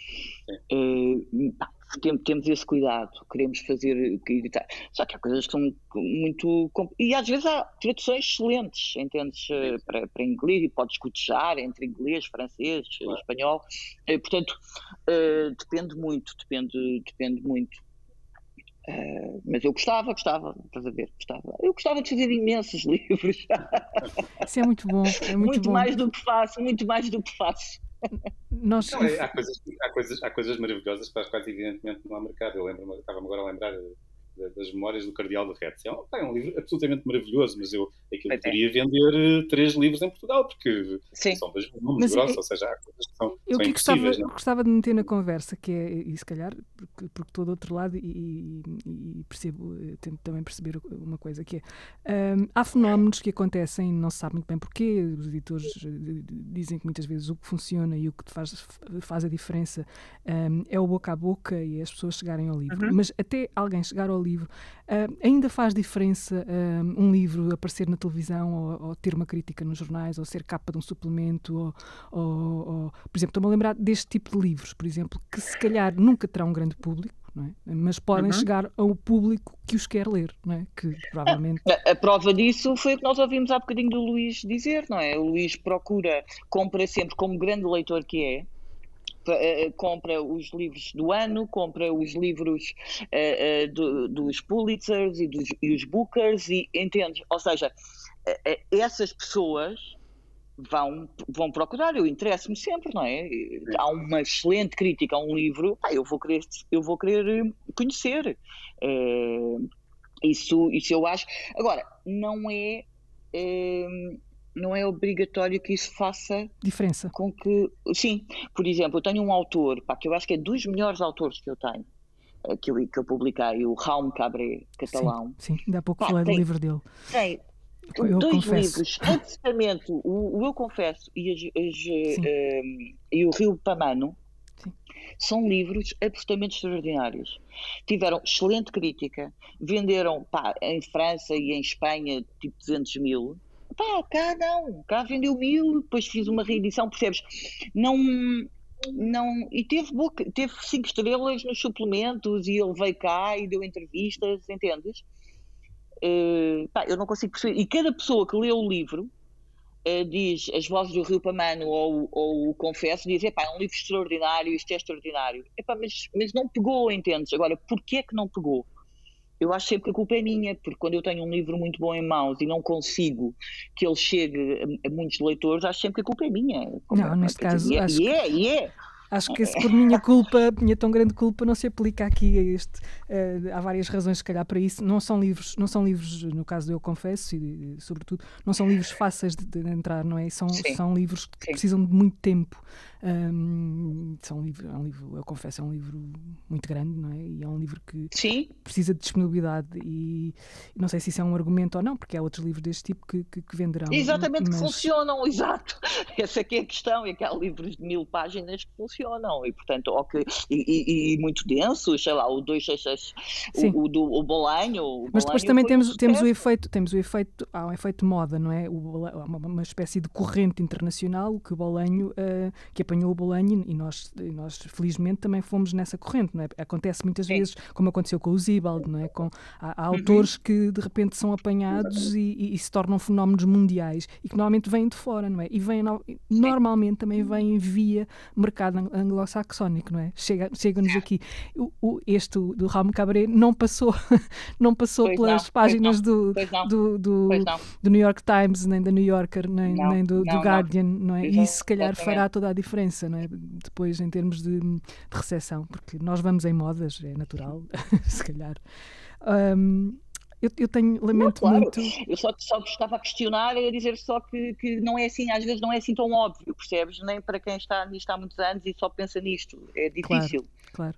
Speaker 5: Temos esse cuidado, queremos editar. Só que há coisas que são muito... E às vezes há traduções excelentes, entendes? Para inglês, e podes cotejar entre inglês, francês, espanhol. Portanto, depende muito. Mas eu gostava, estás a ver? Eu gostava de fazer imensos livros.
Speaker 3: Isso é muito bom.
Speaker 5: Muito mais do que faço.
Speaker 4: Há coisas maravilhosas para as quais evidentemente não há mercado. Estava-me agora a lembrar das Memórias do Cardeal de Retz. É um livro absolutamente maravilhoso, mas eu queria vender 3 livros em Portugal, porque são 2 volumes grossos, ou seja, há coisas que são impossíveis. Eu
Speaker 3: gostava de meter na conversa, que é, e se calhar, porque estou do outro lado e percebo, tento também perceber uma coisa, que é, há fenómenos que acontecem, não se sabe muito bem porquê, os editores dizem que muitas vezes o que funciona e o que faz a diferença é o boca a boca e as pessoas chegarem ao livro. Mas até alguém chegar ao livro, ainda faz diferença um livro aparecer na televisão ou ter uma crítica nos jornais ou ser capa de um suplemento ou por exemplo, estou-me a lembrar deste tipo de livros, por exemplo, que se calhar nunca terão um grande público, não é? Mas podem chegar ao público que os quer ler, não é? Que provavelmente...
Speaker 5: A prova disso foi o que nós ouvimos há bocadinho do Luís dizer, não é? O Luís compra sempre, como grande leitor que é, compra os livros do ano, compra os livros dos Pulitzers e os Bookers, e entendes? Ou seja, essas pessoas vão procurar, eu interesso-me sempre, não é? Há uma excelente crítica a um livro, eu vou querer conhecer. Isso eu acho. Agora, não é obrigatório que isso faça
Speaker 3: diferença.
Speaker 5: Com que... Sim, por exemplo, eu tenho um autor, que eu acho que é dos melhores autores que eu tenho, que eu publiquei, o Jaume Cabré, catalão.
Speaker 3: Sim, ainda há pouco falei do livro dele.
Speaker 5: Tem 2 livros, absolutamente, o Eu Confesso e o Rio Pamano.
Speaker 3: Sim.
Speaker 5: São livros absolutamente extraordinários. Tiveram excelente crítica, venderam em França e em Espanha tipo 200 mil. Cá vendeu 1000, depois fiz uma reedição, percebes? Não, e teve 5 estrelas nos suplementos e ele veio cá e deu entrevistas, entendes? Eu não consigo perceber. E cada pessoa que lê o livro diz As Vozes do Rio Pamano ou o Confesso, diz, é um livro extraordinário, isto é extraordinário. Mas não pegou, entendes? Agora, porquê é que não pegou? Eu acho sempre que a culpa é minha, porque quando eu tenho um livro muito bom em mãos e não consigo que ele chegue a muitos leitores, acho sempre que a culpa é minha.
Speaker 3: Não, neste caso,
Speaker 5: acho que...
Speaker 3: Acho que esse por minha culpa, minha tão grande culpa, não se aplica aqui a este. Há várias razões, se calhar, para isso. Não são livros, no caso Eu Confesso, e sobretudo, não são livros fáceis de entrar, não é? São livros que precisam de muito tempo. É um livro, Eu Confesso, é um livro muito grande, não é? E é um livro que precisa de disponibilidade, e não sei se isso é um argumento ou não, porque há outros livros deste tipo que venderão.
Speaker 5: Exatamente, que funcionam, exato. Essa é que é a questão, é que há livros de 1000 páginas que funcionam, e portanto, e muito densos, sei lá, o 266, o Bolanho.
Speaker 3: Mas depois também temos o efeito, há um efeito moda, não é? Há uma espécie de corrente internacional que o Bolanho, que apanhou o Bolanho, e nós felizmente também fomos nessa corrente, não é? Acontece muitas vezes, como aconteceu com o Zibald, não é? Há autores que de repente são apanhados e se tornam fenómenos mundiais, e que normalmente vêm de fora, não é? E normalmente também vêm via mercado anglo-saxónico, não é? Chega-nos aqui. Este do Raul Cabré não passou pelas páginas do New York Times, nem da New Yorker, nem do Guardian, não é? E isso se calhar fará toda a diferença, não é? Depois, em termos de recepção, porque nós vamos em modas, é natural, se calhar. Eu lamento muito.
Speaker 5: Eu só estava a questionar, a dizer só que não é assim, às vezes não é assim tão óbvio, percebes? Nem para quem está nisto há muitos anos e só pensa nisto. É difícil.
Speaker 3: Claro.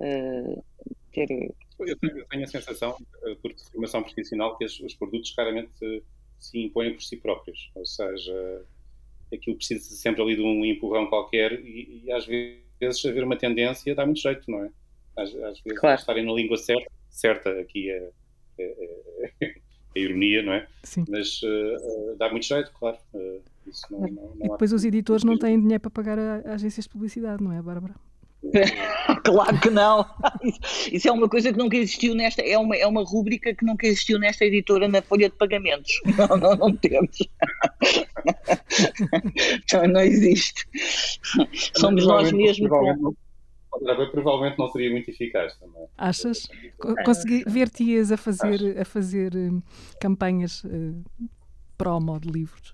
Speaker 4: Eu tenho a sensação, por formação profissional, que os produtos claramente se impõem por si próprios. Ou seja, aquilo precisa sempre ali de um empurrão qualquer, e às vezes haver uma tendência dá muito jeito, não é? Às vezes estarem na língua certa aqui é a ironia, não é?
Speaker 3: Sim.
Speaker 4: Mas dá muito jeito, claro. Isso não
Speaker 3: e depois os editores não têm dinheiro para pagar a agências de publicidade, não é, Bárbara?
Speaker 5: Claro que não. Isso é uma coisa que nunca existiu nesta. É uma rúbrica que nunca existiu nesta editora, na folha de pagamentos. Não temos. Não existe. Somos nós mesmos.
Speaker 4: Provavelmente não seria muito eficaz também.
Speaker 3: Achas? Consegui ver-te-ias a fazer campanhas promo de livros?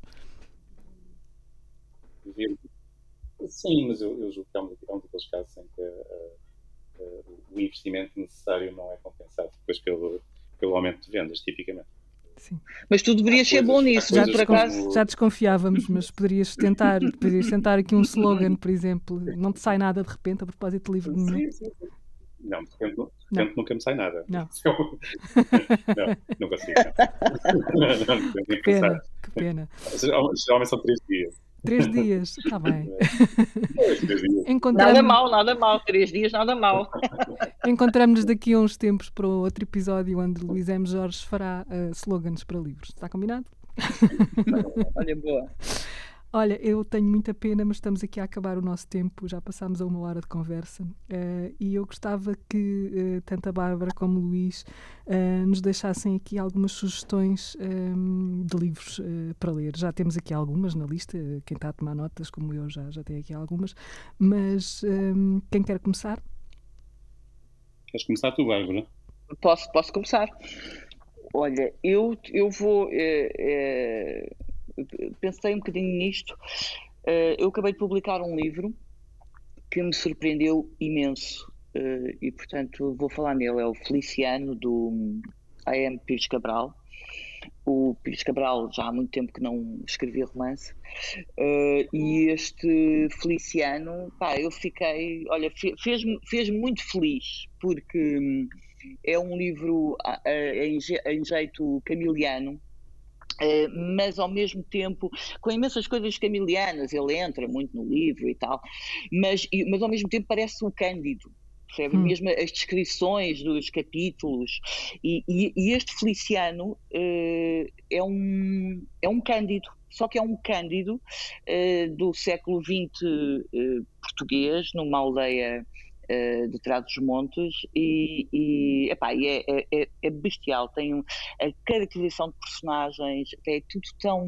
Speaker 4: Sim, mas eu julgo que é um daqueles casos em que o investimento necessário não é compensado depois pelo aumento de vendas, tipicamente.
Speaker 3: Sim.
Speaker 5: Mas tu deverias ser bom nisso, por acaso.
Speaker 3: Já desconfiávamos, mas poderias tentar aqui um slogan, por exemplo. Não te sai nada de repente a propósito de livro nenhum?
Speaker 4: Sim. Não, de repente nunca me sai nada.
Speaker 3: Não.
Speaker 4: Não consigo.
Speaker 3: Que pena.
Speaker 4: Geralmente são 3 dias.
Speaker 3: 3 dias, está bem.
Speaker 4: 3 dias.
Speaker 5: Nada mal, 3 dias, nada mal.
Speaker 3: Encontramos-nos daqui a uns tempos para outro episódio onde Luís M. Jorge fará slogans para livros. Está combinado?
Speaker 5: Olha, boa.
Speaker 3: Olha, eu tenho muita pena, mas estamos aqui a acabar o nosso tempo, já passámos a 1 hora de conversa, e eu gostava que tanto a Bárbara como o Luís nos deixassem aqui algumas sugestões de livros para ler. Já temos aqui algumas na lista, quem está a tomar notas, como eu, já tem aqui algumas, mas quem quer começar?
Speaker 4: Queres começar tu, Bárbara?
Speaker 5: Posso começar. Olha, eu vou... pensei um bocadinho nisto. Eu acabei de publicar um livro que me surpreendeu imenso, e portanto vou falar nele. É o Feliciano, do A.M. Pires Cabral. O Pires Cabral já há muito tempo que não escrevia romance, e este Feliciano, eu fiquei, olha, fez-me muito feliz, porque é um livro em jeito camiliano, mas ao mesmo tempo com imensas coisas camilianas. Ele entra muito no livro e tal, mas ao mesmo tempo parece o Cândido, percebe? Mesmo as descrições dos capítulos, e este Feliciano é um Cândido, só que é um Cândido do século XX português, numa aldeia de Trás-os-Montes, e é bestial. Tem a caracterização de personagens, é tudo tão...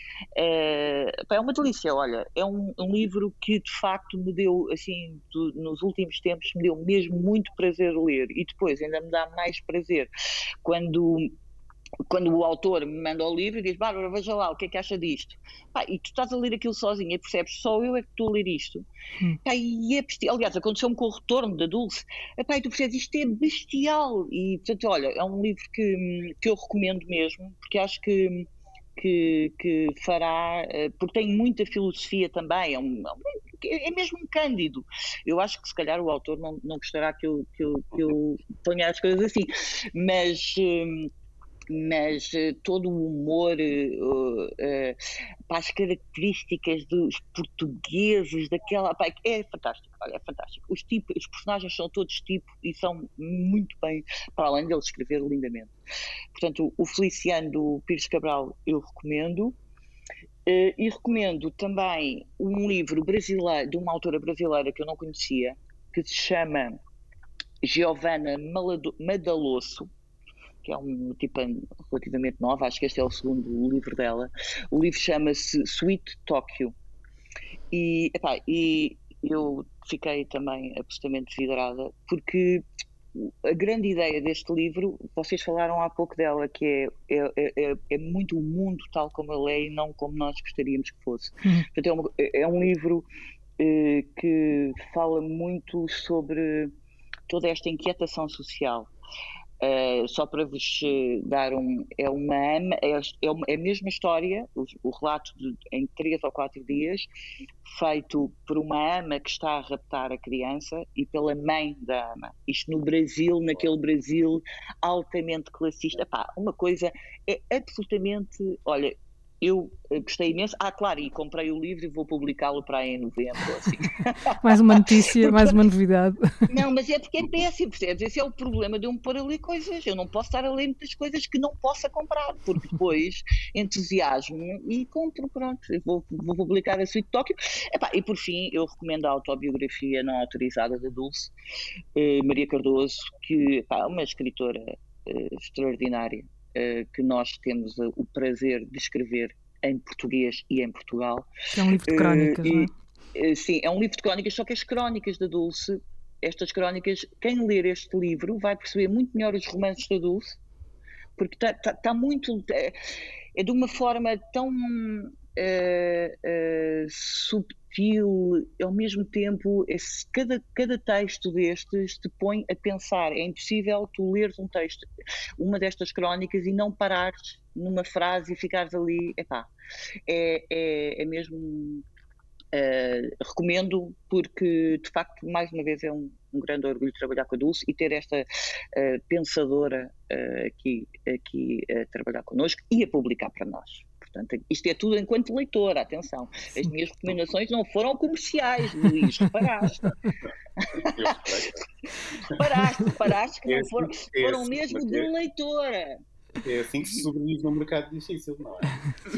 Speaker 5: é uma delícia. Olha, é um livro que de facto me deu, assim, nos últimos tempos, me deu mesmo muito prazer ler, e depois ainda me dá mais prazer quando quando o autor me manda o livro e diz: Bárbara, veja lá, o que é que acha disto? Pá, e tu estás a ler aquilo sozinha e percebes, só eu é que estou a ler isto. Pá, e é bestial. Aliás, aconteceu-me com o Retorno da Dulce. Pá, e tu percebes, isto é bestial. E, portanto, olha, é um livro que eu recomendo mesmo, porque acho que fará, porque tem muita filosofia também, é mesmo um cândido. Eu acho que se calhar o autor não gostará que eu ponha as coisas assim, mas todo o humor, para as características dos portugueses, daquela. Pá, é fantástico, olha, é fantástico. Os personagens são todos tipo e são muito bem, para além dele escrever lindamente. Portanto, o Feliciano do Pires Cabral eu recomendo. E recomendo também um livro brasileiro, de uma autora brasileira que eu não conhecia, que se chama Giovanna Madalosso, que é um tipo relativamente nova, acho que este é o segundo livro dela. O livro chama-se Sweet Tokyo. E eu fiquei também absolutamente vidrada, porque a grande ideia deste livro, vocês falaram há pouco dela, que é muito o mundo tal como ele é e não como nós gostaríamos que fosse. Portanto, é um livro que fala muito sobre toda esta inquietação social. Só para vos dar é a mesma história, o relato em 3 ou 4 dias, feito por uma ama que está a raptar a criança e pela mãe da ama. Isto no Brasil, naquele Brasil altamente classista. Epá, uma coisa é absolutamente... Olha, eu gostei imenso. Claro, e comprei o livro e vou publicá-lo para aí em novembro. Assim.
Speaker 3: Mais uma notícia, mais uma novidade.
Speaker 5: Não, mas é porque é péssimo, percebes? Esse é o problema de eu me pôr a ler coisas. Eu não posso estar a ler muitas coisas que não possa comprar, porque depois entusiasmo-me e compro, pronto. Vou publicar a Sweet Tokyo. E por fim, eu recomendo a autobiografia não autorizada da Dulce, Maria Cardoso, que é uma escritora extraordinária, que nós temos o prazer de escrever em português e em Portugal.
Speaker 3: É um livro de crónicas, não é?
Speaker 5: Sim, é um livro de crónicas, só que as crónicas da Dulce, estas crónicas, quem ler este livro vai perceber muito melhor os romances da Dulce, porque está muito... É de uma forma tão subtil, ao mesmo tempo, cada texto destes te põe a pensar. É impossível tu leres um texto, uma destas crónicas, e não parares numa frase e ficares ali. É mesmo... recomendo, porque de facto, mais uma vez, é um grande orgulho trabalhar com a Dulce e ter esta pensadora aqui a trabalhar connosco e a publicar para nós. Portanto, isto é tudo enquanto leitora, atenção. As minhas recomendações não foram comerciais, Luís, reparaste? Reparaste que não foram mesmo de leitora.
Speaker 4: É assim que se sobrevive num mercado difícil, não é?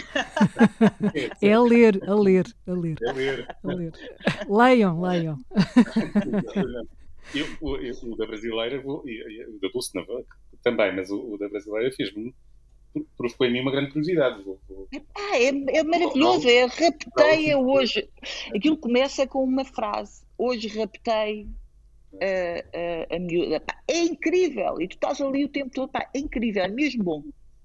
Speaker 3: É a ler. Leiam.
Speaker 4: O da brasileira, o da Dulce também, mas o da brasileira provocou em mim uma grande curiosidade.
Speaker 5: É maravilhoso, raptei-a hoje. Aquilo começa com uma frase: hoje raptei a miúda. É incrível, e tu estás ali o tempo todo. É incrível, é mesmo bom.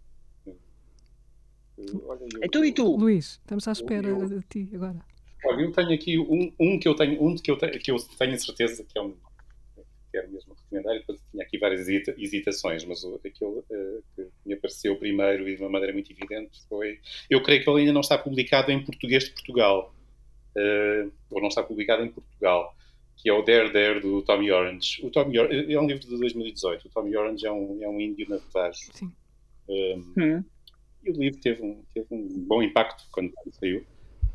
Speaker 5: Então, e tu?
Speaker 3: Luís, estamos à espera de ti agora.
Speaker 4: Olha, eu tenho aqui um que eu tenho certeza que quero mesmo recomendar, e depois tinha aqui várias hesitações, mas aquele que me apareceu primeiro e de uma maneira muito evidente foi... Eu creio que ele ainda não está publicado em português de Portugal, ou não está publicado em Portugal, que é o Dare do Tommy Orange. O Tommy Orange é um livro de 2018. O Tommy Orange é um índio navegante.
Speaker 3: Sim.
Speaker 4: E o livro teve um bom impacto quando saiu.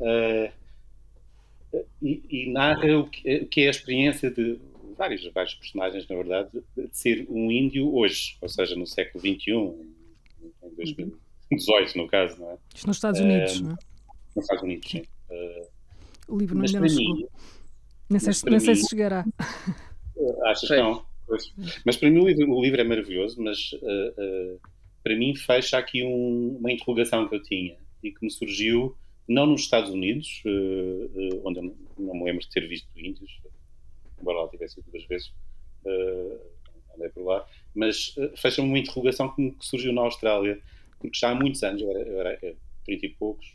Speaker 4: E narra o que é a experiência de vários personagens, na verdade, de ser um índio hoje, ou seja, no século XXI, em 2018, no caso, não é?
Speaker 3: Isto nos Estados Unidos, não é?
Speaker 4: Nos Estados Unidos, sim.
Speaker 3: O livro ainda não chegou. Nem sei se chegará.
Speaker 4: Achas que não? Mas para mim o livro é maravilhoso, mas para mim fecha aqui uma interrogação que eu tinha e que me surgiu, não nos Estados Unidos, onde eu não me lembro de ter visto índios, embora lá tivesse ido 2 vezes, andei por lá, Mas fecha-me uma interrogação que surgiu na Austrália, porque já há muitos anos, eu era 30 e poucos,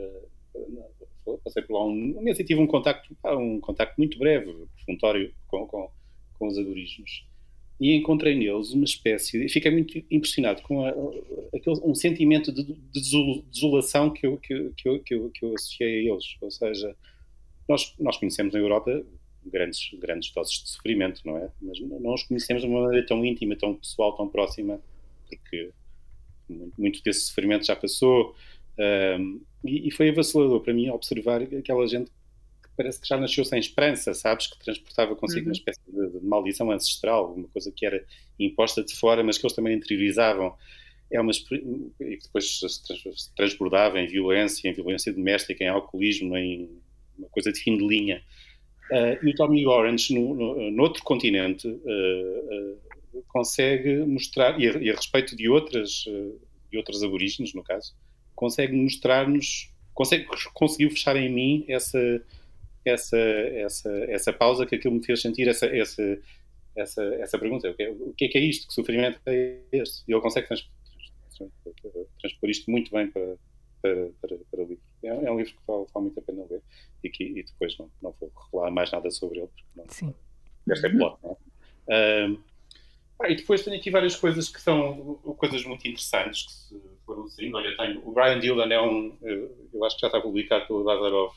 Speaker 4: passei por lá um mês e tive um contacto muito breve, perfuntório, com os aborígenes. E encontrei neles uma espécie, e fiquei muito impressionado com um sentimento de desolação que eu associei a eles. Ou seja, nós conhecemos na Europa grandes doses de sofrimento, não é? Mas não os conhecemos de uma maneira tão íntima, tão pessoal, tão próxima, porque muito desse sofrimento já passou. E foi avassalador para mim observar aquela gente que parece que já nasceu sem esperança, sabes? Que transportava consigo uma espécie de maldição ancestral, uma coisa que era imposta de fora, mas que eles também interiorizavam. E que depois se transbordava em violência doméstica, em alcoolismo, em uma coisa de fim de linha. E o Tommy Orange, no outro continente, consegue mostrar, e a respeito de outros aborígenes, no caso, consegue mostrar-nos, conseguiu fechar em mim essa pausa que aquilo me fez sentir, essa pergunta: o que é isto? Que sofrimento é este? E ele consegue transpor isto muito bem para o livro. É um livro que vale muito a pena ler, e depois não vou revelar mais nada sobre ele, porque não.
Speaker 3: Sim.
Speaker 4: Este é plot, não é? E depois tenho aqui várias coisas que são coisas muito interessantes que se foram saindo. Olha, tenho o Brian Dillon, eu acho que já está publicado pelo Lazarov,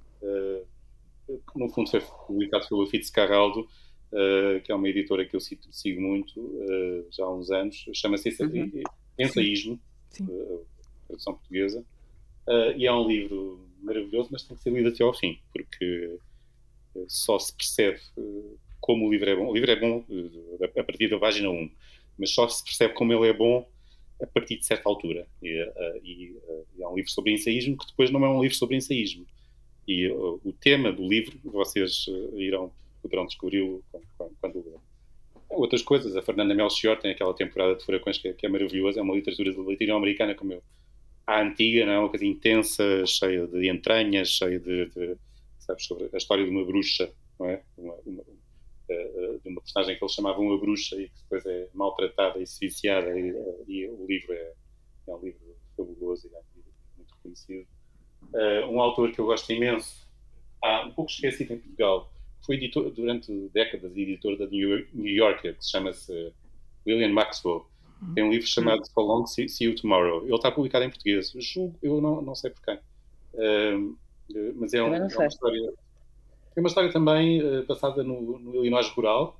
Speaker 4: que no fundo foi publicado pelo Fitzcarraldo, que é uma editora que eu sigo muito já há uns anos. Chama-se Ensaísmo, tradução portuguesa, e é um livro maravilhoso, mas tem que ser lido até ao fim, porque só se percebe como o livro é bom. O livro é bom a partir da página 1, mas só se percebe como ele é bom a partir de certa altura. E é um livro sobre ensaísmo que depois não é um livro sobre ensaísmo. E o tema do livro vocês poderão descobri-lo quando lerem. Outras coisas, a Fernanda Melchior tem aquela temporada de Furacões que é maravilhosa, é uma literatura latino-americana como a antiga, não é? Uma coisa intensa, cheia de entranhas, cheia de sabes, sobre a história de uma bruxa, não é? De uma personagem que eles chamavam a bruxa e que depois é maltratada e viciada, e o livro é um livro fabuloso e é muito reconhecido. Um autor que eu gosto imenso, um pouco esquecido em Portugal, foi durante décadas editor da New Yorker, que se chama-se William Maxwell. Tem um livro chamado So Long, See You Tomorrow. Ele está publicado em português. Eu não sei por quem. Mas é uma história... É uma história também passada no Illinois rural,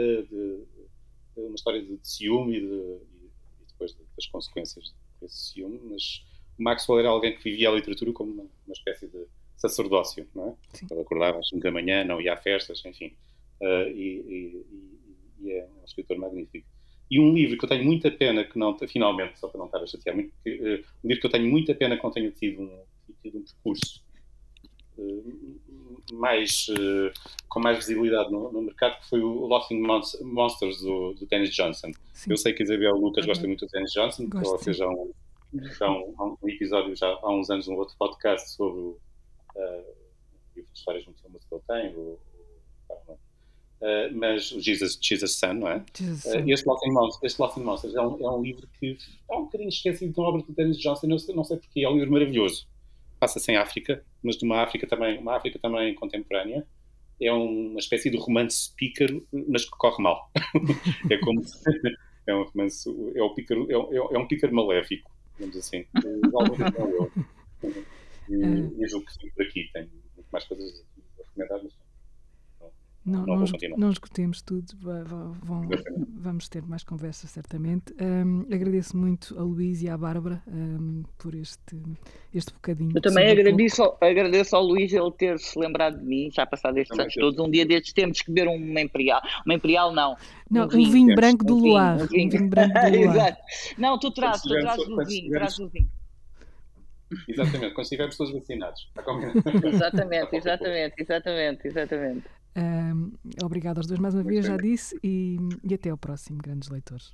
Speaker 4: uma história de ciúme e depois das consequências desse ciúme, mas o Maxwell era alguém que vivia a literatura como uma espécie de sacerdócio, não é? Ele acordava às 5 da manhã, não ia a festas, enfim, e é um escritor magnífico. E um livro que eu tenho muita pena que não, finalmente, só para não estar a chatear muito, um livro que eu tenho muita pena que não tenha tido um percurso com mais visibilidade no mercado, que foi o Laughing Monsters do Dennis Johnson. Sim. Eu sei que a Isabel Lucas gosta muito do Dennis Johnson, porque ela fez já um episódio já há uns anos num outro podcast sobre o livro de histórias muito famoso que ele tem, mas o Jesus Son, não é? Este Laughing Monsters é um livro que é um bocadinho esquecido de uma obra do Dennis Johnson, eu não sei porque, é um livro maravilhoso. Passa-se em África, mas de uma África também contemporânea. É uma espécie de romance pícaro, mas que corre mal. É como se, é um romance, é um pícaro maléfico, digamos assim. E julgo que fico por aqui, tenho muito mais coisas a recomendar, mas
Speaker 3: não escutemos tudo, vamos ter mais conversa certamente. Agradeço muito a Luís e à Bárbara por este bocadinho.
Speaker 5: Eu também agradeço ao Luís ele ter-se lembrado de mim, já passado estes anos todos. Um dia destes temos que beber uma Imperial não.
Speaker 3: Um vinho branco do Luar. Um vinho branco do Luar.
Speaker 5: Exato. Não, tu trazes o vinho.
Speaker 4: Exatamente, quando estivermos todos vacinados.
Speaker 5: Exatamente.
Speaker 3: Obrigada aos dois mais uma vez, já disse, e até ao próximo, grandes leitores.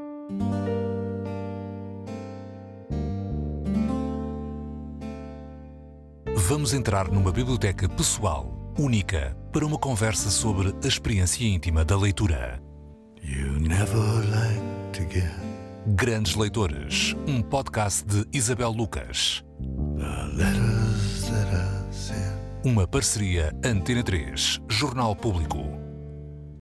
Speaker 1: Vamos entrar numa biblioteca pessoal, única, para uma conversa sobre a experiência íntima da leitura.
Speaker 2: you never like to get.
Speaker 1: Grandes Leitores, um podcast de Isabel Lucas.
Speaker 2: The letters that I sent.
Speaker 1: Uma parceria Antena 3, Jornal Público.